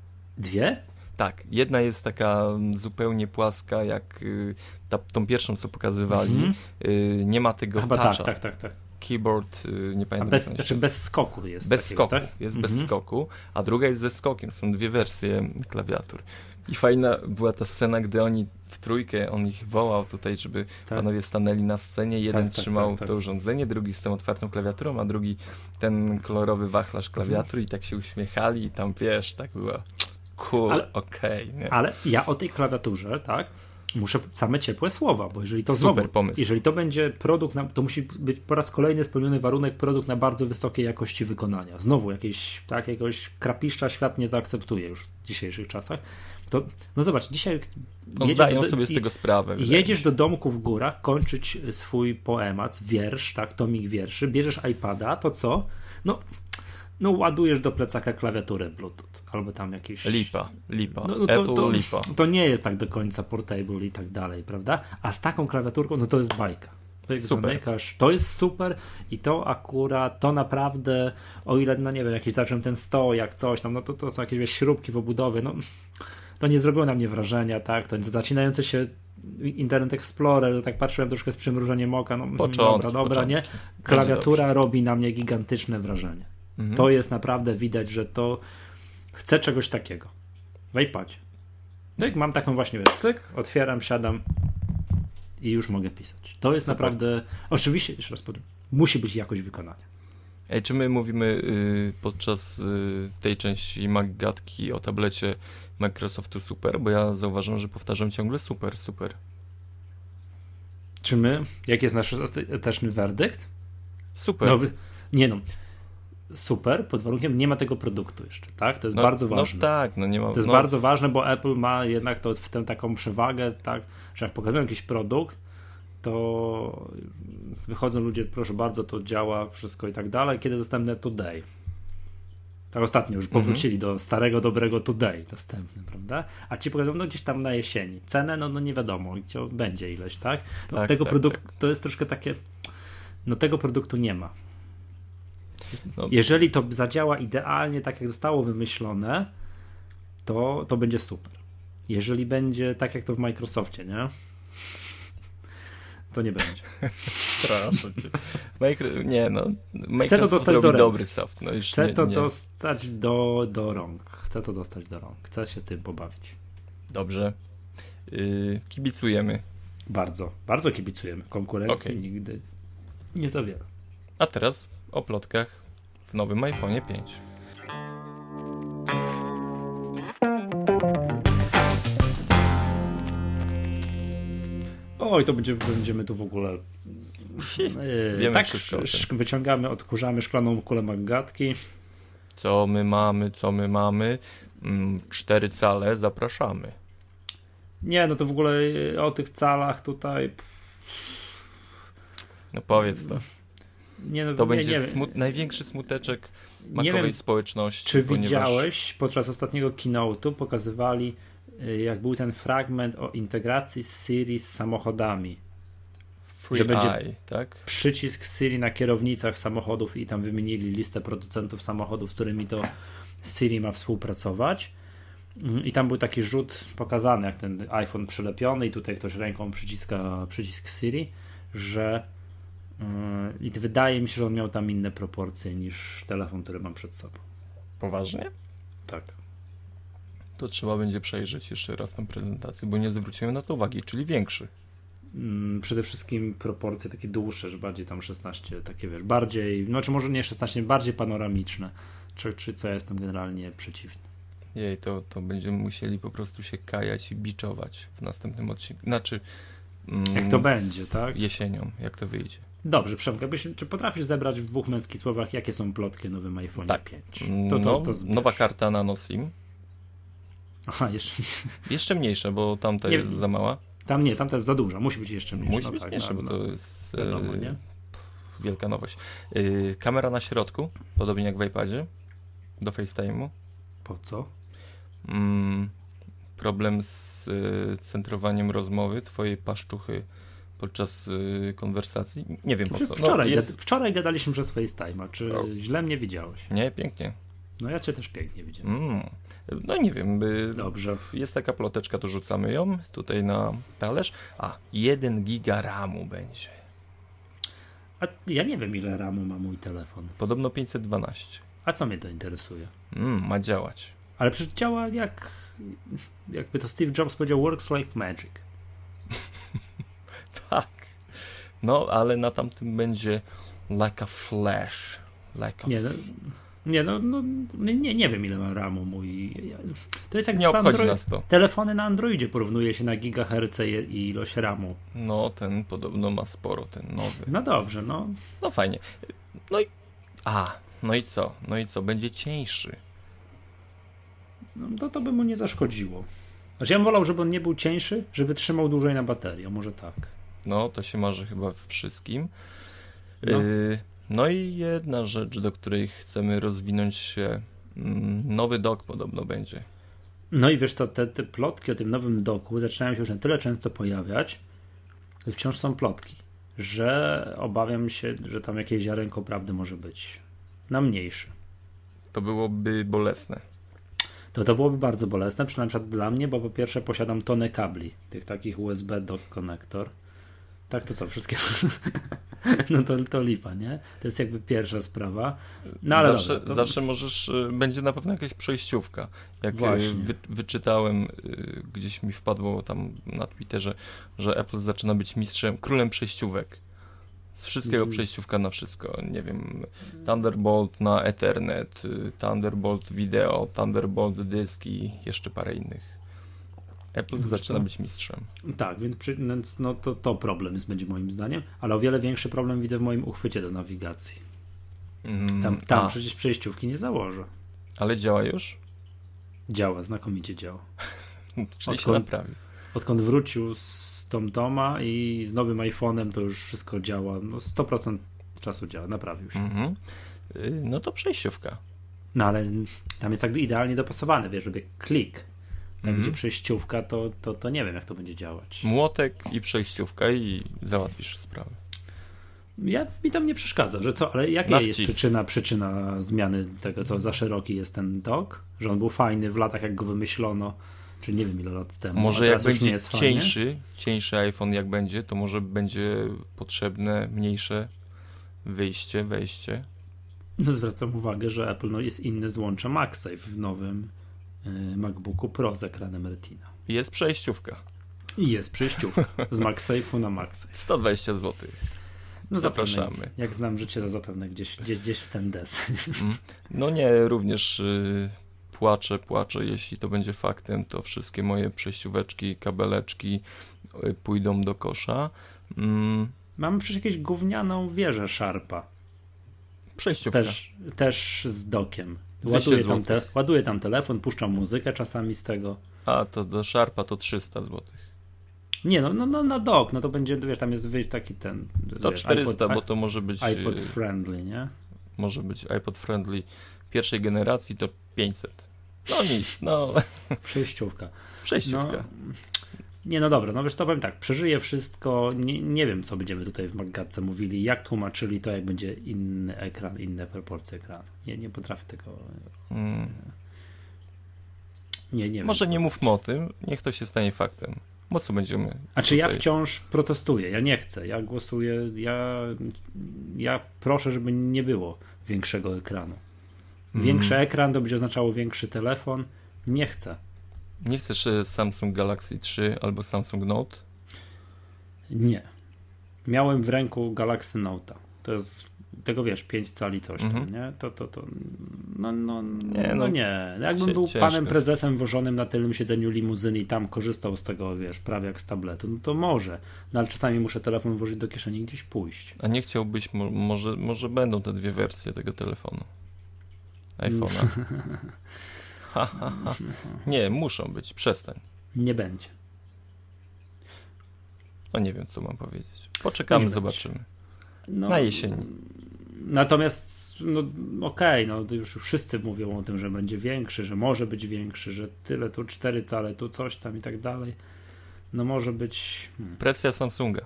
Dwie? Tak, jedna jest taka zupełnie płaska, jak y, ta, tą pierwszą, co pokazywali. Mm-hmm. Y, nie ma tego Chyba toucha. tak, tak, tak, tak. Keyboard, y, nie pamiętam. A bez, znaczy bez skoku jest. Bez takiego, skoku, tak? jest mm-hmm. bez skoku, a druga jest ze skokiem. Są dwie wersje klawiatur. I fajna była ta scena, gdy oni w trójkę, on ich wołał tutaj, żeby tak. panowie stanęli na scenie. Jeden tak, trzymał tak, tak, tak. to urządzenie, drugi z tą otwartą klawiaturą, a drugi ten kolorowy wachlarz klawiatury i tak się uśmiechali i tam, wiesz, tak było cool, okej. Okay, ale ja o tej klawiaturze, tak, muszę same ciepłe słowa, bo jeżeli to Super znowu, pomysł. jeżeli to będzie produkt, na, to musi być po raz kolejny spełniony warunek, produkt na bardzo wysokiej jakości wykonania. Znowu jakieś, tak, jakiegoś krapiszcza świat nie zaakceptuje już w dzisiejszych czasach. To, no zobacz, dzisiaj no zdają do, sobie z tego sprawę. Jedziesz do domku w górach, kończyć swój poemat, wiersz, tak, tomik wierszy, bierzesz iPada, to co? No, no ładujesz do plecaka klawiaturę Bluetooth, albo tam jakieś... Lipa, lipa, no, no to, Apple to, lipa. To nie jest tak do końca portable i tak dalej, prawda? A z taką klawiaturką, no to jest bajka. Jak zamykasz, to jest super i to akurat, to naprawdę, o ile, no nie wiem, jakiś zacząłem ten sto, jak coś tam, no to, to są jakieś wiesz, śrubki w obudowie, no to nie zrobiło na mnie wrażenia, tak, to zaczynający się Internet Explorer, to tak patrzyłem troszkę z przymrużeniem oka, no początki, dobra, dobra, początki. nie? Klawiatura robi na mnie gigantyczne wrażenie. Mhm. To jest naprawdę widać, że to chce czegoś takiego w iPadzie. No jak mam taką właśnie, wiesz, cyk, otwieram, siadam i już mogę pisać. To jest Super. Naprawdę, oczywiście, jeszcze raz powiem, musi być jakość wykonania. Ej, czy my mówimy y, podczas y, tej części Maggatki o tablecie Microsoftu super? Bo ja zauważam, że powtarzam ciągle super, super. Czy my? Jaki jest nasz ostateczny werdykt? Super. No, nie no. Super, pod warunkiem nie ma tego produktu jeszcze, tak? To jest no, bardzo ważne. No tak, no nie ma. To jest no. bardzo ważne, bo Apple ma jednak to, w tę taką przewagę, tak, że jak pokazują jakiś produkt, to wychodzą ludzie, proszę bardzo, to działa, wszystko i tak dalej, kiedy dostępne today. Tak ostatnio już powrócili mhm. do starego, dobrego today dostępne, prawda? A ci pokazują, no gdzieś tam na jesieni. Cenę, no, no nie wiadomo, gdzie będzie ileś, tak? No, tak tego tak, produktu, tak. to jest troszkę takie, no tego produktu nie ma. No. Jeżeli to zadziała idealnie, tak jak zostało wymyślone, to, to będzie super. Jeżeli będzie tak jak to w Microsoftie, nie? To nie będzie. Proszę cię. Micro... Nie no. Chcę to dostać do rąk. Dobry soft. No już Chcę nie, to nie. dostać do, do rąk. Chcę to dostać do rąk. Chcę się tym pobawić. Dobrze. Yy, kibicujemy. Bardzo, bardzo kibicujemy. Konkurencji okay. nigdy nie za wiele. A teraz o plotkach w nowym iPhone'ie pięć. Oj, to będzie, będziemy tu w ogóle yy, Wiemy tak wszystko sz, wyciągamy, odkurzamy szklaną kulę Maggatki. Co my mamy, co my mamy? Mm, cztery cale, zapraszamy. Nie, no to w ogóle o tych calach tutaj. No powiedz to. Nie, no, to nie, będzie nie, smut, największy smuteczek makowej wiem, społeczności. Czy ponieważ... widziałeś podczas ostatniego keynote'u pokazywali, jak był ten fragment o integracji Siri z samochodami. Free że będzie eye, tak? przycisk Siri na kierownicach samochodów i tam wymienili listę producentów samochodów, z którymi to Siri ma współpracować. I tam był taki rzut pokazany, jak ten iPhone przylepiony i tutaj ktoś ręką przyciska przycisk Siri, że yy, i wydaje mi się, że on miał tam inne proporcje niż telefon, który mam przed sobą. Poważnie? Tak. To trzeba będzie przejrzeć jeszcze raz tę prezentację, bo nie zwróciłem na to uwagi, czyli większy. Yy, przede wszystkim proporcje takie dłuższe, że bardziej tam szesnaście, takie wiesz, bardziej, znaczy może nie szesnaście, bardziej panoramiczne, czy, czy co ja jestem generalnie przeciwny. Jej, to, to będziemy musieli po prostu się kajać i biczować w następnym odcinku. Znaczy... Mm, jak to będzie, tak? Jesienią, jak to wyjdzie. Dobrze, Przemka, czy potrafisz zebrać w dwóch męskich słowach, jakie są plotki o nowym iPhone tak. pięć? To, to, no, to nowa karta Nano SIM. Aha, jeszcze... Jeszcze mniejsze, bo tamta nie, jest za mała. Tam nie, tamta jest za duża, musi być jeszcze mniejsza. Musi no być tak, mniejsza, no, bo no. to jest Wiadomo, e, nie? wielka nowość. E, kamera na środku, podobnie jak w iPadzie, do FaceTime'u. Po co? Mm, problem z y, centrowaniem rozmowy twojej paszczuchy podczas y, konwersacji. Nie wiem po co. Wczoraj, no, jest... wczoraj gadaliśmy przez FaceTime'a. Czy o. źle mnie widziałeś? Nie, pięknie. No ja cię też pięknie widziałem. Mm. No nie wiem. By... Dobrze. Jest taka ploteczka, to rzucamy ją tutaj na talerz. A, jeden giga ramu będzie. A ja nie wiem, ile ramu ma mój telefon. Podobno pięćset dwanaście. A co mnie to interesuje? Mm, ma działać. Ale przecież działa jak, jakby to Steve Jobs powiedział, works like magic. Tak. No, ale na tamtym będzie like a flash. Like a nie, no, nie, no, no nie, nie wiem, ile ma ramu mój. To jest jak nie obchodzi Android, nas to. Telefony na Androidzie porównuje się na gigaherce i ilość ramu. No, ten podobno ma sporo, ten nowy. No dobrze, no. No fajnie. No i... A, no i co? No i co? Będzie cieńszy. No to, to by mu nie zaszkodziło. Znaczy ja bym wolał, żeby on nie był cieńszy, żeby trzymał dłużej na baterię, może tak. No, to się marzy chyba w wszystkim. No, yy, no i jedna rzecz, do której chcemy rozwinąć się. Nowy dock podobno będzie. No i wiesz co, te, te plotki o tym nowym docku zaczynają się już na tyle często pojawiać, że wciąż są plotki, że obawiam się, że tam jakieś ziarenko prawdy może być. Na mniejszy. To byłoby bolesne. To to byłoby bardzo bolesne, przynajmniej na przykład dla mnie, bo po pierwsze posiadam tonę kabli, tych takich U S B dock connector. Tak to co, wszystkie. No to, to lipa, nie? To jest jakby pierwsza sprawa. No ale zawsze, dobra, to... zawsze możesz, będzie na pewno jakaś przejściówka. Jak wy, wyczytałem, gdzieś mi wpadło tam na Twitterze, że Apple zaczyna być mistrzem, królem przejściówek. Z wszystkiego mhm. przejściówka na wszystko. Nie wiem, Thunderbolt na Ethernet, Thunderbolt Video, Thunderbolt Dysk i jeszcze parę innych. Apple Wiesz zaczyna co? być mistrzem. Tak, więc, przy, więc no to, to problem jest, będzie moim zdaniem, ale o wiele większy problem widzę w moim uchwycie do nawigacji. Mm, tam tam przecież przejściówki nie założę. Ale działa już? Działa, znakomicie działa. Czyli odkąd, się naprawi. Odkąd wrócił z TomToma i z nowym iPhone'em to już wszystko działa. No sto procent czasu działa, naprawił się. Mm-hmm. No to przejściówka. No ale tam jest tak idealnie dopasowane, wiesz, żeby klik. Tam mm-hmm. gdzie przejściówka, to, to, to nie wiem, jak to będzie działać. Młotek i przejściówka i załatwisz sprawę. Ja, mi tam nie przeszkadza, że co, ale jaka jest przyczyna, przyczyna zmiany tego, co za szeroki jest ten dock? Że on był fajny w latach, jak go wymyślono, czy nie wiem ile lat temu. Może jak będzie cieńszy, cieńszy iPhone jak będzie, to może będzie potrzebne mniejsze wyjście, wejście. No zwracam uwagę, że Apple no, jest inny z łącza MagSafe w nowym y, MacBooku Pro z ekranem Retina. Jest przejściówka. I jest przejściówka z MagSafe'u na MagSafe. sto dwadzieścia złotych. No zapraszamy. Zapewne, jak znam życie, to zapewne gdzieś, gdzieś, gdzieś w ten deseń. No nie, również y, płaczę, płaczę, jeśli to będzie faktem, to wszystkie moje przejścióweczki, kabeleczki y, pójdą do kosza. Mm. Mam przecież jakąś gównianą wieżę Sharpa. Przejściówka. Też, też z dokiem. Ładuję tam, te, ładuję tam telefon, puszczam muzykę czasami z tego. A, to do Sharpa to trzysta złotych. Nie, no, no, no na dok, no to będzie, wiesz, tam jest wyjść taki ten... To wiesz, czterysta, iPod, bo to może być... iPod friendly, nie? Może być iPod friendly pierwszej generacji, to pięćset. No nic, no... Przejściówka. Przejściówka. No, nie, no dobra, no wiesz co, powiem tak, przeżyję wszystko, nie, nie wiem, co będziemy tutaj w Maggatce mówili, jak tłumaczyli to, jak będzie inny ekran, inne proporcje ekranu. Nie, nie potrafię tego... Hmm. Nie, nie wiem. Może nie mówmy o tym, niech to się stanie faktem. Bo co będziemy... A czy ja wciąż protestuję? Ja nie chcę. Ja głosuję, ja, ja proszę, żeby nie było większego ekranu. Większy mm. ekran to będzie oznaczało większy telefon. Nie chcę. Nie chcesz Samsung Galaxy trzy albo Samsung Note? Nie. Miałem w ręku Galaxy Note'a. To jest, tego wiesz, pięć cali coś tam, mm-hmm. nie? To, to, to, no, no, nie, no, no nie. Jakbym był ciężko. Panem prezesem wożonym na tylnym siedzeniu limuzyny i tam korzystał z tego, wiesz, prawie jak z tabletu, no to może. No ale czasami muszę telefon włożyć do kieszeni i gdzieś pójść. A nie chciałbyś, mo- może, może będą te dwie wersje tego telefonu? iPhone'a. ha, ha, ha. Nie, muszą być, przestań. Nie będzie. No nie wiem, co mam powiedzieć. Poczekamy, zobaczymy. No, na jesień. Natomiast, no okej, okay, no już wszyscy mówią o tym, że będzie większy, że może być większy, że tyle, tu cztery cale, tu coś tam i tak dalej. No może być... Hmm. Presja Samsunga.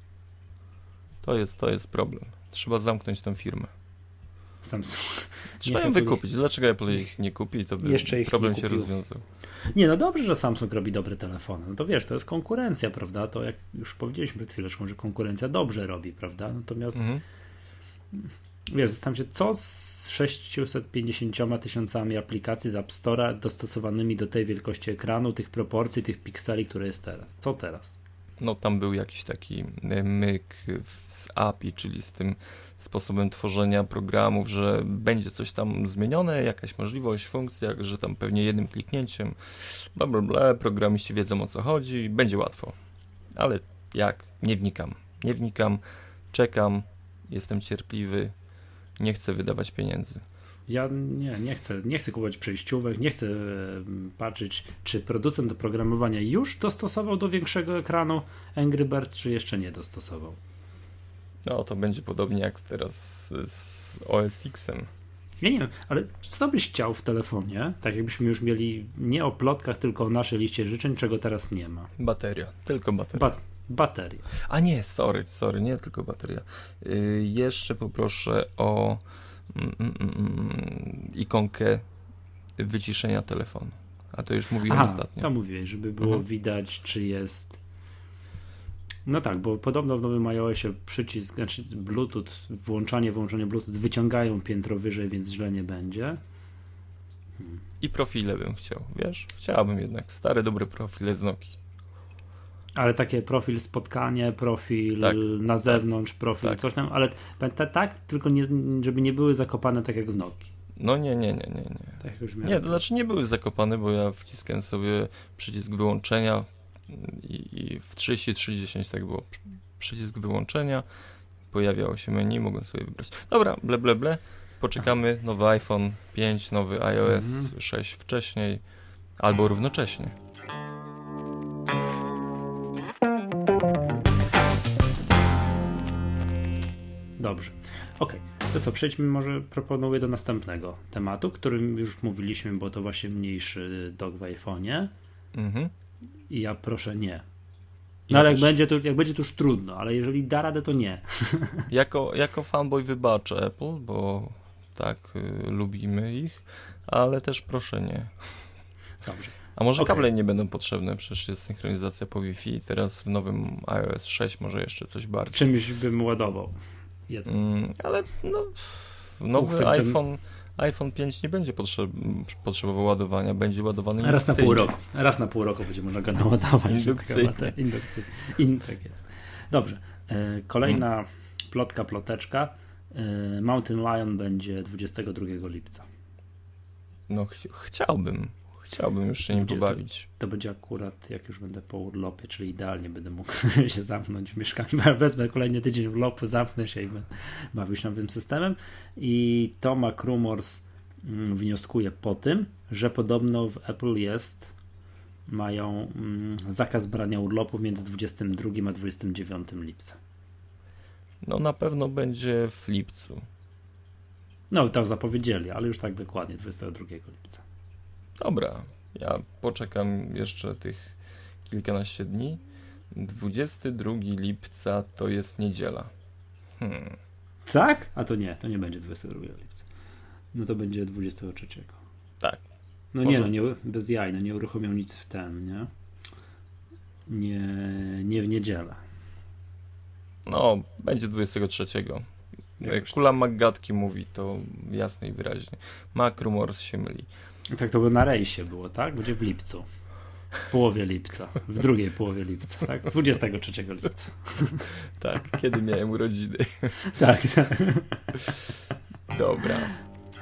To jest, to jest problem. Trzeba zamknąć tę firmę. Samsung. Trzeba ją wykupić. Dlaczego Apple ich nie kupi? To by Jeszcze problem się rozwiązał. Nie, no dobrze, że Samsung robi dobre telefony. No to wiesz, to jest konkurencja, prawda? To jak już powiedzieliśmy przed chwileczką, że konkurencja dobrze robi, prawda? Natomiast mhm. wiesz, zastanawiam się, co z sześćset pięćdziesięcioma tysiącami aplikacji z App Store'a dostosowanymi do tej wielkości ekranu, tych proporcji, tych pikseli, które jest teraz. Co teraz? No tam był jakiś taki myk z A P I, czyli z tym sposobem tworzenia programów, że będzie coś tam zmienione, jakaś możliwość, funkcja, że tam pewnie jednym kliknięciem, bla bla bla, programiści wiedzą o co chodzi, będzie łatwo. Ale jak? Nie wnikam. Nie wnikam, czekam, jestem cierpliwy, nie chcę wydawać pieniędzy. Ja nie, nie chcę, nie chcę kupować przejściówek, nie chcę patrzeć, czy producent oprogramowania już dostosował do większego ekranu Angry Birds, czy jeszcze nie dostosował. No to będzie podobnie jak teraz z, z O S X-em. Ja nie wiem, ale co byś chciał w telefonie, tak jakbyśmy już mieli nie o plotkach, tylko o naszej liście życzeń, czego teraz nie ma? Bateria, tylko bateria. Ba- bateria. A nie, sorry, sorry, nie tylko bateria. Yy, jeszcze poproszę o mm, mm, mm, ikonkę wyciszenia telefonu. A to już mówiłem Aha, ostatnio. to mówiłeś, żeby było mhm. widać, czy jest... No tak, bo podobno w nowym iOSie przycisk, znaczy Bluetooth, włączanie, wyłączanie Bluetooth wyciągają piętro wyżej, więc źle nie będzie. Hmm. I profile bym chciał, wiesz? Chciałbym jednak stare, dobre profile z Nokii. Ale takie profil spotkanie, profil tak, na zewnątrz, profil tak. coś tam, ale tak, tak, tylko nie, żeby nie były zakopane tak jak w Nokii. No nie, nie, nie, nie. Nie, tak już nie to znaczy nie były zakopane, bo ja wciskałem sobie przycisk wyłączenia i, i w trzydzieści trzy dziesięć tak było. Przycisk wyłączenia, pojawiało się menu, mogłem sobie wybrać. Dobra, ble, ble, ble. Poczekamy, nowy iPhone pięć, nowy iOS mhm. sześć wcześniej, albo równocześnie. Dobrze. Okej. Okay. To co, przejdźmy może, proponuję do następnego tematu, którym już mówiliśmy, bo to właśnie mniejszy dock w iPhone'ie. Mhm. I ja proszę nie. No ja ale jak będzie, to, jak będzie to już trudno, ale jeżeli da radę, to nie. jako, jako fanboy wybaczę Apple, bo tak y, lubimy ich, ale też proszę nie. Dobrze. A może Okay. kable nie będą potrzebne, przecież jest synchronizacja po Wi-Fi, teraz w nowym iOS sześć może jeszcze coś bardziej. Czymś bym ładował. Mm, ale no, nowy Uchwyt iPhone, ten... iPhone pięć nie będzie potrzeb, potrzebował ładowania, będzie ładowany Raz na indukcyjnie. pół roku. Raz na pół roku będzie można go naładować. Indukcyjnie. Indukcyjnie. In, tak jest. Dobrze. Kolejna hmm. plotka, ploteczka. Mountain Lion będzie dwudziestego drugiego lipca. No ch chciałbym. Chciałbym już się nim pobawić. To, to będzie akurat, jak już będę po urlopie, czyli idealnie będę mógł się zamknąć w mieszkaniu. Wezmę kolejny tydzień urlopu, zamknę się i będę bawił się nowym systemem. I to MacRumors wnioskuje po tym, że podobno w Apple jest, mają mm, zakaz brania urlopu między dwudziestym drugim a dwudziestym dziewiątym lipca. No na pewno będzie w lipcu. No to zapowiedzieli, ale już tak dokładnie dwudziestego drugiego lipca. Dobra, ja poczekam jeszcze tych kilkanaście dni. dwudziestego drugiego lipca to jest niedziela. Hmm. Tak? A to nie, to nie będzie dwudziestego drugiego lipca. No to będzie dwudziestego trzeciego. Tak. No Może... nie, no nie, bez jaj, no nie uruchomią nic w ten, nie? Nie, nie w niedzielę. No, będzie dwudziestego trzeciego. Jak Kula Maggatki mówi to jasno i wyraźnie. MacRumors się myli. Tak to by na rejsie było, tak? Będzie w lipcu. W połowie lipca. W drugiej połowie lipca, tak? dwudziestego trzeciego lipca. Tak, kiedy miałem urodziny. Tak, tak. Dobra.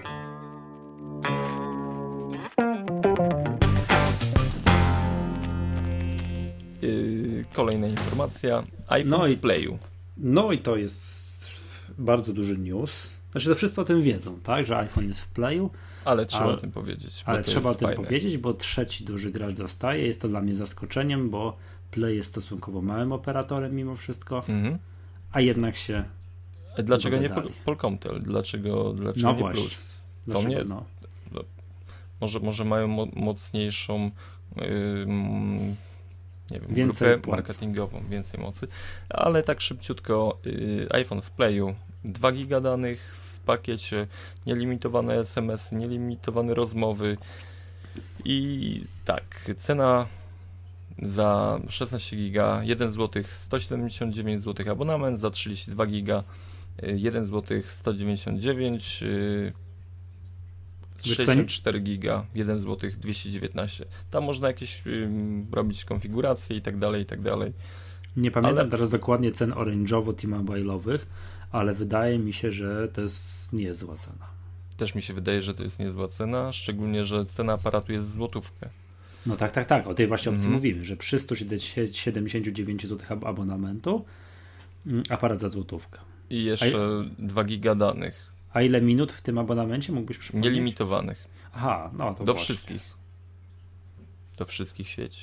Yy, kolejna informacja. iPhone no i, w Playu. No i to jest bardzo duży news. Znaczy to wszyscy o tym wiedzą, tak? Że iPhone jest w Playu. Ale trzeba ale, o tym powiedzieć. Ale trzeba o tym fajne. powiedzieć, bo trzeci duży gracz dostaje. Jest to dla mnie zaskoczeniem, bo Play jest stosunkowo małym operatorem mimo wszystko, Mhm. a jednak się a dlaczego nie Pol Polkomtel? Dlaczego, dlaczego no nie właśnie. Plus? Dlaczego, to nie, no. może, może mają mo mocniejszą yy, nie wiem, więcej grupę płac. marketingową, więcej mocy, ale tak szybciutko yy, iPhone w Playu, dwa giga danych w pakiecie, nielimitowane es em esy, nielimitowane rozmowy i tak, cena za szesnaście giga, jeden złoty sto siedemdziesiąt dziewięć złotych abonament, za trzydzieści dwa giga jeden złoty sto dziewięćdziesiąt dziewięć, sześćdziesiąt cztery giga jeden złoty dwieście dziewiętnaście. Tam można jakieś ym, robić konfiguracje i tak dalej, i tak dalej. Nie pamiętam ale... teraz dokładnie cen orange'owo T-Mobile'owych, ale wydaje mi się, że to jest niezła cena. Też mi się wydaje, że to jest niezła cena, szczególnie, że cena aparatu jest złotówkę. No tak, tak, tak. O tej właśnie opcji mm-hmm. mówimy, że przy sto siedemdziesiąt dziewięć złotych abonamentu aparat za złotówkę. I jeszcze a... dwa giga danych. A ile minut w tym abonamencie mógłbyś przypomnieć? Nielimitowanych. Aha, no to Do właśnie. wszystkich. Do wszystkich sieci.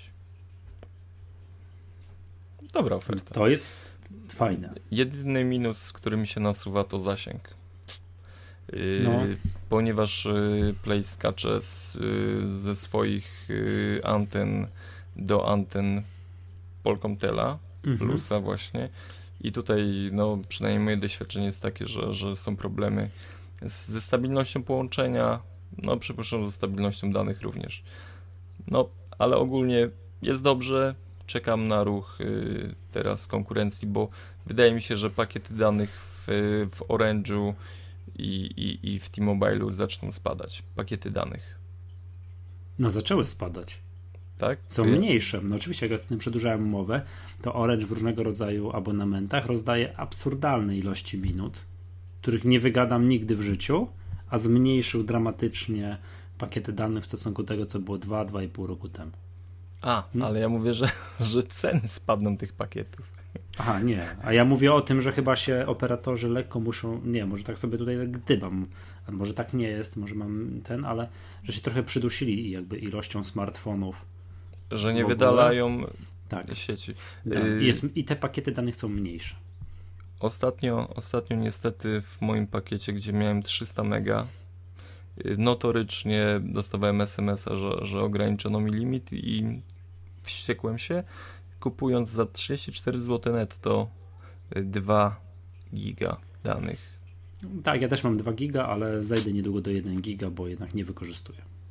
Dobra oferta. To jest fajne. Jedyny minus, który mi się nasuwa, to zasięg. Yy, no. Ponieważ yy, Play skacze z, yy, ze swoich yy, anten do anten Polkomtela, mm-hmm. Plusa właśnie. I tutaj, no, przynajmniej moje doświadczenie jest takie, że, że są problemy z, ze stabilnością połączenia, no, przypuszczam, ze stabilnością danych również. No, ale ogólnie jest dobrze. Czekam na ruch y, teraz konkurencji, bo wydaje mi się, że pakiety danych w, w Orange'u i, i, i w T-Mobile'u zaczną spadać. Pakiety danych. No zaczęły spadać. Tak? Są Ty... mniejsze. No oczywiście, jak ja z tym przedłużałem umowę, to Orange w różnego rodzaju abonamentach rozdaje absurdalne ilości minut, których nie wygadam nigdy w życiu, a zmniejszył dramatycznie pakiety danych w stosunku do tego, co było dwa, dwa i pół roku temu. A, ale ja mówię, że, że ceny spadną tych pakietów. Aha, nie. A ja mówię o tym, że chyba się operatorzy lekko muszą, nie, może tak sobie tutaj gdybam, a może tak nie jest, może mam ten, ale że się trochę przydusili jakby ilością smartfonów. Że nie wydalają tak. sieci. Da. Jest, I te pakiety danych są mniejsze. Ostatnio, ostatnio niestety w moim pakiecie, gdzie miałem trzysta mega, notorycznie dostawałem es em es a, że, że ograniczono mi limit i wściekłem się, kupując za trzydzieści cztery złote netto dwa giga danych. Tak, ja też mam dwa giga, ale zajdę niedługo do jeden giga, bo jednak nie wykorzystuję.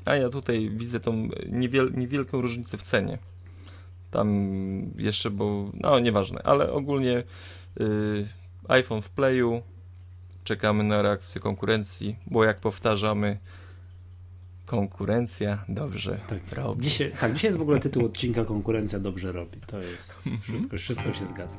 A ja tutaj widzę tą niewiel, niewielką różnicę w cenie. Tam jeszcze, bo no nieważne, ale ogólnie yy, iPhone w Playu, czekamy na reakcję konkurencji, bo jak powtarzamy, konkurencja dobrze tak. robi. Dzisiaj, tak, dzisiaj jest w ogóle tytuł odcinka Konkurencja dobrze robi. To jest wszystko, wszystko się zgadza.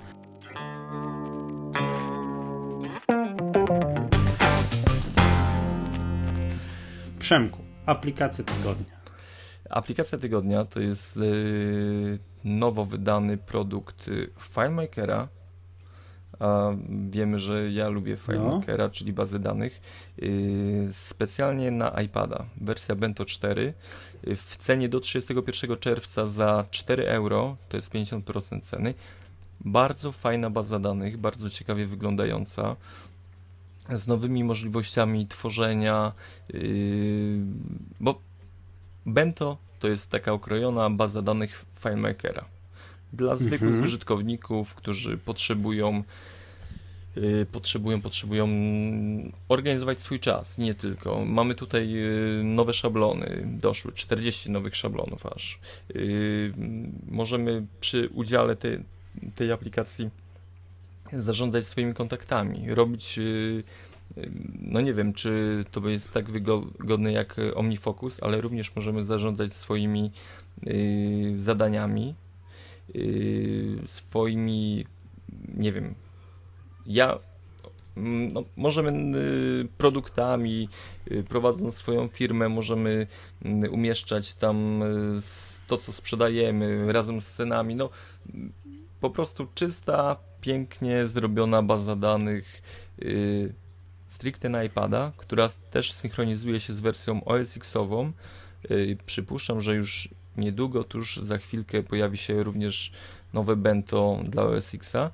Przemku, aplikacja tygodnia. Aplikacja tygodnia to jest yy, nowo wydany produkt FileMakera. A wiemy, że ja lubię FileMakera, no. czyli bazy danych. Yy, specjalnie na iPada. Wersja Bento cztery yy, w cenie do trzydziestego pierwszego czerwca za cztery euro, to jest pięćdziesiąt procent ceny. Bardzo fajna baza danych, bardzo ciekawie wyglądająca, z nowymi możliwościami tworzenia, yy, bo Bento to jest taka okrojona baza danych FileMakera. Dla zwykłych mhm. użytkowników, którzy potrzebują, yy, potrzebują, potrzebują organizować swój czas, nie tylko. Mamy tutaj yy, nowe szablony, doszły czterdzieści nowych szablonów aż. Yy, możemy przy udziale tej, tej aplikacji zarządzać swoimi kontaktami, robić, yy, no nie wiem, czy to jest tak wygodne jak OmniFocus, ale również możemy zarządzać swoimi yy, zadaniami, Yy, swoimi, nie wiem, ja, no, możemy yy, produktami, yy, prowadząc swoją firmę, możemy yy, umieszczać tam yy, to, co sprzedajemy razem z cenami, no po prostu czysta, pięknie zrobiona baza danych yy, stricte na iPada, która też synchronizuje się z wersją O S X-ową. Yy, przypuszczam, że już niedługo, tuż za chwilkę pojawi się również nowe Bento dla O S X-a.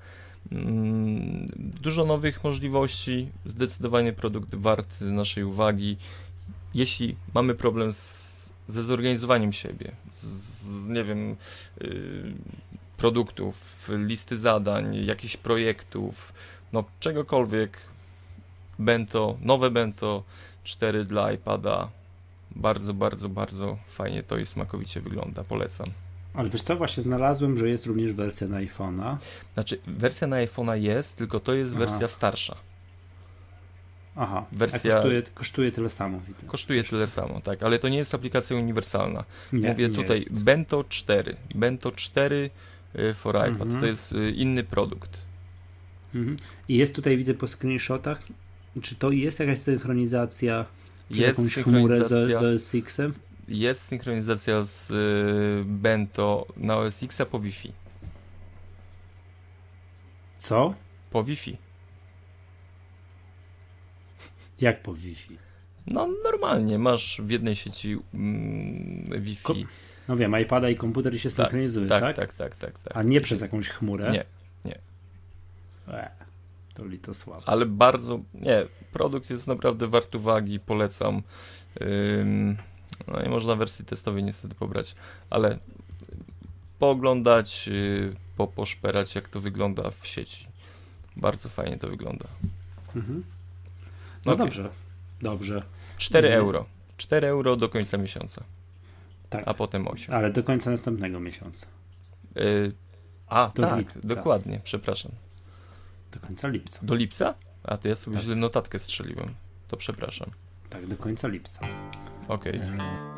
Dużo nowych możliwości, zdecydowanie produkt wart naszej uwagi. Jeśli mamy problem z, ze zorganizowaniem siebie, z, z nie wiem, yy, produktów, listy zadań, jakichś projektów, no czegokolwiek, Bento, nowe Bento cztery dla iPada, bardzo, bardzo, bardzo fajnie to i smakowicie wygląda, polecam. Ale wiesz co, właśnie znalazłem, że jest również wersja na iPhone'a. Znaczy, wersja na iPhone'a jest, tylko to jest Aha. wersja starsza. Aha, wersja... A kosztuje, kosztuje tyle samo, widzę. Kosztuje tyle samo, tak, ale to nie jest aplikacja uniwersalna. Nie, Mówię nie tutaj jest. Bento cztery. Bento cztery for iPad. Mhm. To jest inny produkt. Mhm. I jest tutaj, widzę po screenshotach, czy to jest jakaś synchronizacja przez jest jakąś synchronizacja, chmurę z, z O S X-em? Jest synchronizacja z y, Bento na O S X-a po Wi-Fi. Co? Po Wi-Fi. Jak po Wi-Fi? No normalnie, masz w jednej sieci mm, Wi-Fi. Ko- no wiem, iPada i komputer się synchronizuje, tak? Tak, tak, tak, tak, tak. A nie przez jakąś chmurę? Nie, nie. E, to li to słabo. Ale bardzo, nie, produkt jest naprawdę wart uwagi, polecam. Ym, no nie można wersji testowej niestety pobrać, ale pooglądać, yy, po, poszperać jak to wygląda w sieci. Bardzo fajnie to wygląda. Mhm. No okay. dobrze, dobrze. cztery euro. cztery euro do końca miesiąca. Tak. A potem osiem. Ale do końca następnego miesiąca. Yy, a, do tak, lipca. dokładnie, przepraszam. Do końca lipca. Do lipca? A to ja sobie tak. źle notatkę strzeliłem. To przepraszam. Tak, do końca lipca. Okej. Okay.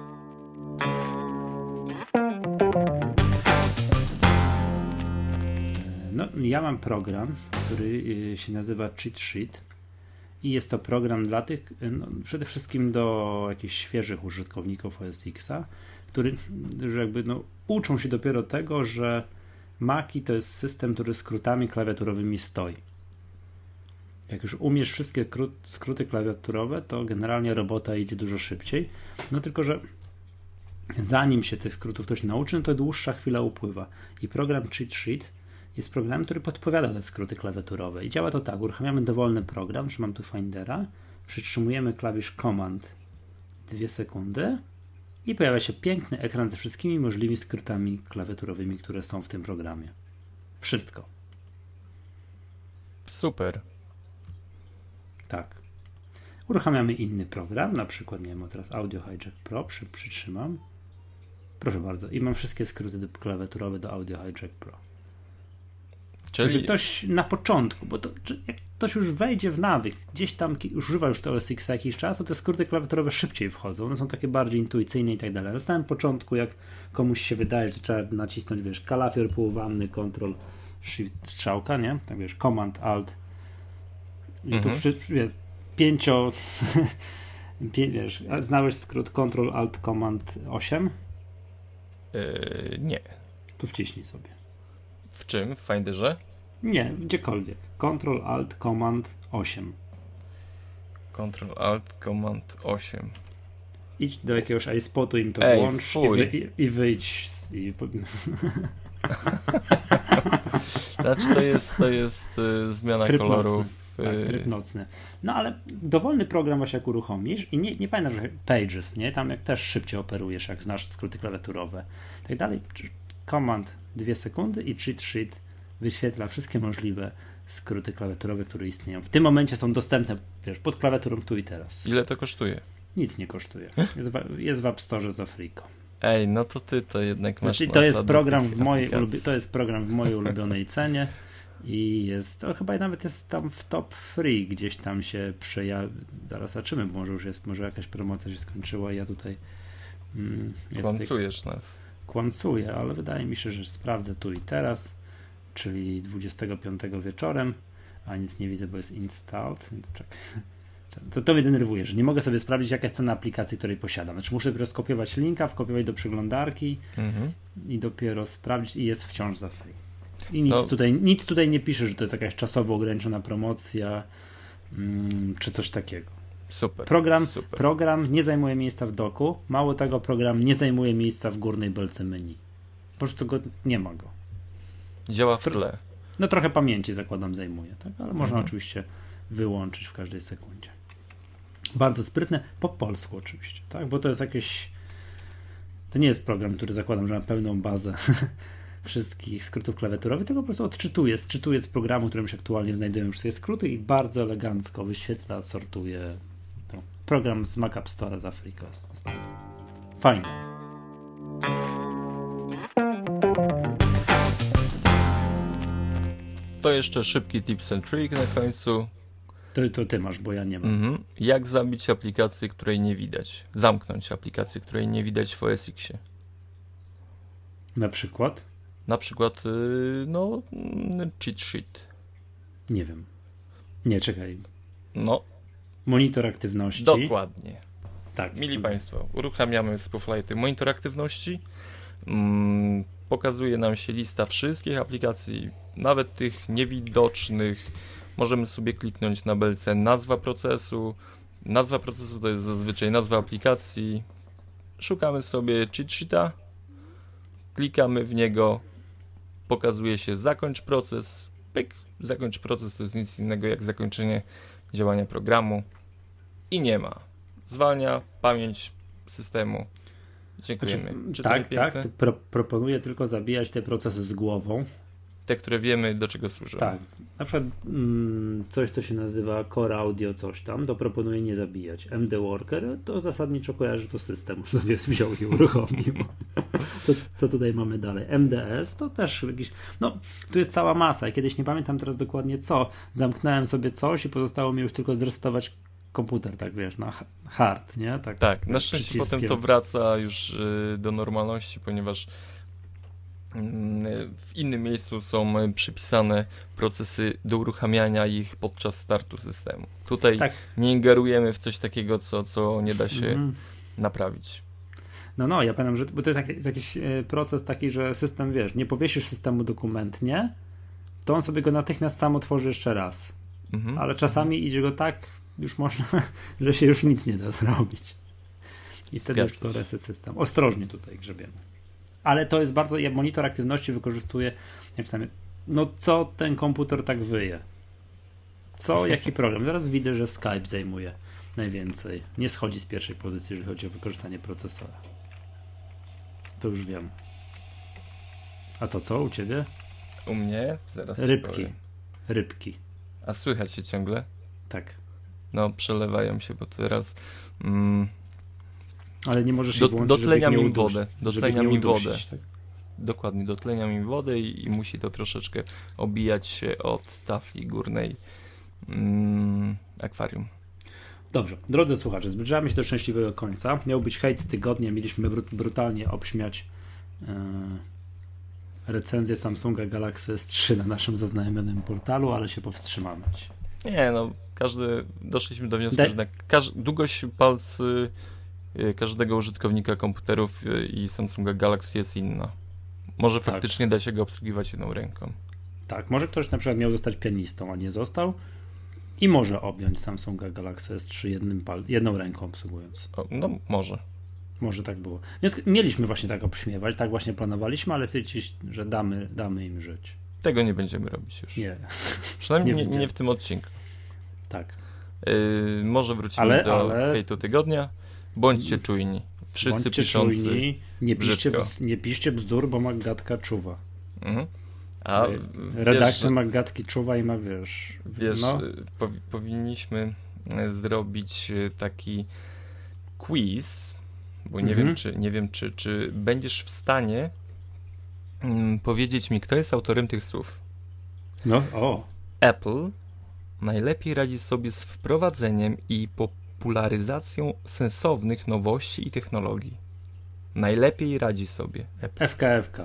No, ja mam program, który się nazywa Cheat Sheet i jest to program dla tych, no, przede wszystkim do jakichś świeżych użytkowników O S X-a, który, że jakby no, uczą się dopiero tego, że Maki to jest system, który skrótami klawiaturowymi stoi. Jak już umiesz wszystkie skróty klawiaturowe, to generalnie robota idzie dużo szybciej. No tylko, że zanim się tych skrótów ktoś nauczy, no to dłuższa chwila upływa. I program Cheat Sheet jest programem, który podpowiada te skróty klawiaturowe. I działa to tak, uruchamiamy dowolny program, trzymam tu Findera, przytrzymujemy klawisz Command dwie sekundy i pojawia się piękny ekran ze wszystkimi możliwymi skrótami klawiaturowymi, które są w tym programie. Wszystko. Super. Tak. Uruchamiamy inny program, na przykład, nie wiem, teraz Audio Hijack Pro, przy, przytrzymam. Proszę bardzo. I mam wszystkie skróty do, klawiaturowe do Audio Hijack Pro. Czyli jeżeli ktoś na początku, bo to, jak ktoś już wejdzie w nawyk, gdzieś tam już używa już tego O S X jakiś czas, to te skróty klawiaturowe szybciej wchodzą. One są takie bardziej intuicyjne i tak dalej. Na samym początku, jak komuś się wydaje, że trzeba nacisnąć, wiesz, kalafior półwanny, Ctrl, Shift, strzałka, nie? Tak wiesz, Command, Alt. I mhm. tu jest pięcio... Pię, wiesz, znałeś skrót Ctrl, Alt, Command osiem? Yy, nie. To wciśnij sobie. W czym? W Finderze? Nie, gdziekolwiek. Ctrl, Alt, Command osiem. Ctrl, Alt, Command osiem. Idź do jakiegoś iSpotu, im to Ej, włącz i, wy, i, i wyjdź. Z, i... Znaczy to jest, to jest y, zmiana tryb kolorów. Nocny. Tak, tryb nocny. No ale dowolny program właśnie jak uruchomisz i nie, nie pamiętam, że Pages, nie? Tam jak też szybciej operujesz, jak znasz skróty klawiaturowe. Tak dalej. Command dwie sekundy i cheat sheet wyświetla wszystkie możliwe skróty klawiaturowe, które istnieją. W tym momencie są dostępne, wiesz, pod klawiaturą tu i teraz. Ile to kosztuje? Nic nie kosztuje. Jest w, jest w App Store za friko. Ej, no to ty to jednak masz. Znaczy, to jest program w mojej ulubi- to jest program w mojej ulubionej cenie i jest, to chyba nawet jest tam w top free, gdzieś tam się przejawi. Zaraz zobaczymy, bo może już jest, może jakaś promocja się skończyła i ja tutaj mm, ja kłamcujesz tutaj nas. Kłamcuję, ale wydaje mi się, że sprawdzę tu i teraz, czyli dwudziestego piątego wieczorem, a nic nie widzę, bo jest installed, więc czekaj. To, to mnie denerwuje, że nie mogę sobie sprawdzić, jaka jest cena aplikacji, której posiadam. Znaczy muszę dopiero skopiować linka, wkopiować do przeglądarki mhm. i dopiero sprawdzić i jest wciąż za free. I nic, no. tutaj, nic tutaj nie pisze, że to jest jakaś czasowo ograniczona promocja mm, czy coś takiego. Super. Program, super. program nie zajmuje miejsca w doku. Mało tego, program nie zajmuje miejsca w górnej belce menu. Po prostu go nie ma go. Działa w tle. No trochę pamięci zakładam zajmuje, tak? Ale można mhm. oczywiście wyłączyć w każdej sekundzie. Bardzo sprytne, po polsku oczywiście, tak? Bo to jest jakieś, to nie jest program, który zakładam, że ma pełną bazę wszystkich skrótów klawiaturowych, tylko po prostu odczytuje, sczytuje z programu, w którym się aktualnie znajdują wszystkie skróty i bardzo elegancko wyświetla, sortuje. No, program z Mac App Store z Afrika. Fajnie. To jeszcze szybki tips and trick na końcu. To, to ty masz, bo ja nie mam. Mhm. Jak zabić aplikację, której nie widać? Zamknąć aplikację, której nie widać w O S X-ie. Na przykład? Na przykład, no, cheat sheet. Nie wiem. Nie, czekaj. No. Monitor aktywności. Dokładnie. Tak. Mili Państwo, uruchamiamy Spooflighty monitor aktywności. Mm, pokazuje nam się lista wszystkich aplikacji, nawet tych niewidocznych. Możemy sobie kliknąć na belce nazwa procesu. Nazwa procesu to jest zazwyczaj nazwa aplikacji. Szukamy sobie cheat sheeta. Klikamy w niego. Pokazuje się zakończ proces. Pyk. Zakończ proces to jest nic innego jak zakończenie działania programu. I nie ma. Zwalnia pamięć systemu. Dziękujemy. Znaczy, Czy tak, tak. Pro, proponuję tylko zabijać te procesy z głową. Te, które wiemy, do czego służą. Tak. Na przykład mm, coś, co się nazywa Core Audio, coś tam, to proponuję nie zabijać. M D Worker to zasadniczo kojarzy to system, już sobie wziął i uruchomił. co, co tutaj mamy dalej? M D S to też jakiś... No, tu jest cała masa. Kiedyś nie pamiętam teraz dokładnie co. Zamknąłem sobie coś i pozostało mi już tylko zresetować komputer, tak wiesz, na hard, nie? Tak, tak na szczęście przyciskiem. Potem to wraca już y, do normalności, ponieważ w innym miejscu są przypisane procesy do uruchamiania ich podczas startu systemu. Tutaj tak. nie ingerujemy w coś takiego, co, co nie da się mm. naprawić. No, no, ja pamiętam, że bo to jest jakiś, jakiś proces taki, że system, wiesz, nie powiesisz systemu dokumentnie, to on sobie go natychmiast sam otworzy jeszcze raz. Mm-hmm. Ale czasami mm-hmm. idzie go tak, już można, że się już nic nie da zrobić. I wtedy Zgadza już tylko reset system. Ostrożnie tutaj grzebiemy. Ale to jest bardzo, ja monitor aktywności wykorzystuję, jak pisałem, no co ten komputer tak wyje? Co, jaki program? Zaraz widzę, że Skype zajmuje najwięcej. Nie schodzi z pierwszej pozycji, jeżeli chodzi o wykorzystanie procesora. To już wiem. A to co u ciebie? U mnie? Zaraz Rybki. Rybki. A słychać się ciągle? Tak. no przelewają się, bo teraz mm, ale nie możesz do, ich włączyć, dotleniam żeby ich im nie udusić, wodę, żeby ich dotleniam nie im wodę. udusić, tak? Dokładnie, dotleniam im wodę i, i musi to troszeczkę obijać się od tafli górnej mm, akwarium. Dobrze, drodzy słuchacze, zbliżamy się do szczęśliwego końca. Miał być hejt tygodnia, mieliśmy brut, brutalnie obśmiać e, recenzję Samsunga Galaxy S trzy na naszym zaznajomionym portalu, ale się powstrzymamy. Nie, no, każdy, doszliśmy do wniosku, De- że na każ, długość palcy y, każdego użytkownika komputerów y, i Samsunga Galaxy jest inna. Może Tak. faktycznie da się go obsługiwać jedną ręką. Tak, może ktoś na przykład miał zostać pianistą, a nie został i może objąć Samsunga Galaxy S trzy jednym pal- jedną ręką obsługując. O, no, może. Może tak było. Więc mieliśmy właśnie tak obśmiewać, tak właśnie planowaliśmy, ale stwierdziliśmy, że damy, damy im żyć. Tego nie będziemy robić już. Nie, Przynajmniej nie nie, nie, będziemy. w tym odcinku. tak. Yy, może wrócimy Ale- do ale- hejtu tygodnia. Bądźcie czujni. Wszyscy Bądźcie piszący. czujni, nie piszcie, brzydko. nie piszcie bzdur, bo Maggatka czuwa. Mhm. A Redakcja wiesz, Maggatki czuwa i ma, wiesz... wiesz no, y, powi- powinniśmy y, zrobić y, taki quiz, bo nie Mhm. wiem, czy, nie wiem czy, czy będziesz w stanie mm, powiedzieć mi, kto jest autorem tych słów. no, o, Apple najlepiej radzi sobie z wprowadzeniem i popularyzacją sensownych nowości i technologii. Najlepiej radzi sobie Apple. F K F K.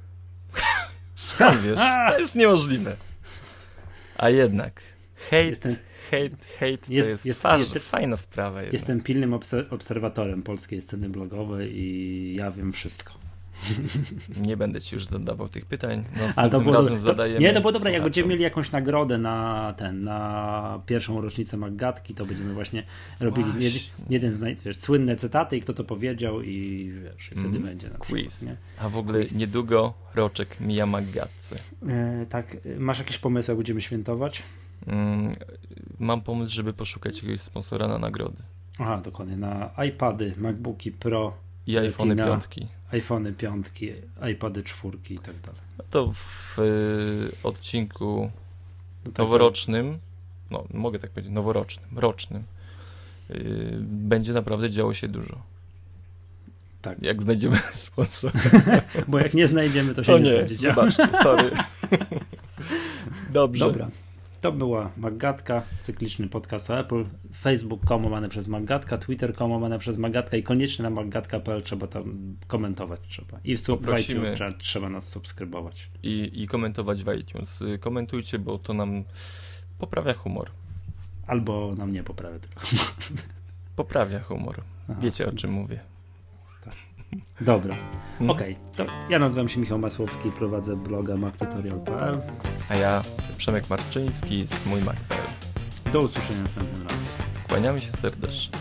Skąd wiesz? To jest niemożliwe. A jednak hejt, Jestem, hejt, hejt to Jest- jest, jest- faż, jestem- fajna sprawa jednak. jestem pilnym obser- obserwatorem polskiej sceny blogowej i ja wiem wszystko. Nie będę ci już zadawał tych pytań. Ale to Następnym było razem dobre. zadajemy. To, nie, to było dobre. Jak słuchaczom. będziemy mieli jakąś nagrodę na ten, na pierwszą rocznicę Maggatki, to będziemy właśnie robili Właśnie. jed, jeden z naj, wiesz, słynne cytaty i kto to powiedział i wiesz, i wtedy Mm, będzie na quiz. przykład. Nie? A w ogóle Quiz. niedługo roczek mija Maggatce. E, tak, masz jakiś pomysł, jak będziemy świętować? Mm, mam pomysł, żeby poszukać jakiegoś sponsora na nagrody. Aha, dokładnie. Na iPady, MacBooki Pro, I iPhony Retina. piątki. iPhony piątki, iPady czwórki i tak dalej. No to w y, odcinku No tak noworocznym, no mogę tak powiedzieć, noworocznym, rocznym, y, będzie naprawdę działo się dużo. Tak. Jak znajdziemy sponsora. Bo jak nie znajdziemy, to się O nie, nie, będzie działo. zobaczcie, sorry. Dobrze. Dobra. To była Maggatka, cykliczny podcast o Apple. Facebook kropka com łamane przez Maggatka, Twitter kropka com łamane przez Maggatka i koniecznie na maggatka kropka p l trzeba tam komentować trzeba. I w sub- w Poprosimy. iTunes trzeba, trzeba nas subskrybować. I, I komentować w iTunes. Y, Komentujcie, bo to nam poprawia humor. Albo nam nie poprawia tylko. Poprawia humor. Aha. Wiecie, o czym mówię. Dobra. Hmm? Okej. To ja nazywam się Michał Masłowski i prowadzę bloga mac tutorial kropka p l. A ja, Przemek Marczyński z mój Mac kropka p l. Do usłyszenia następnym razem. Kłaniamy się serdecznie.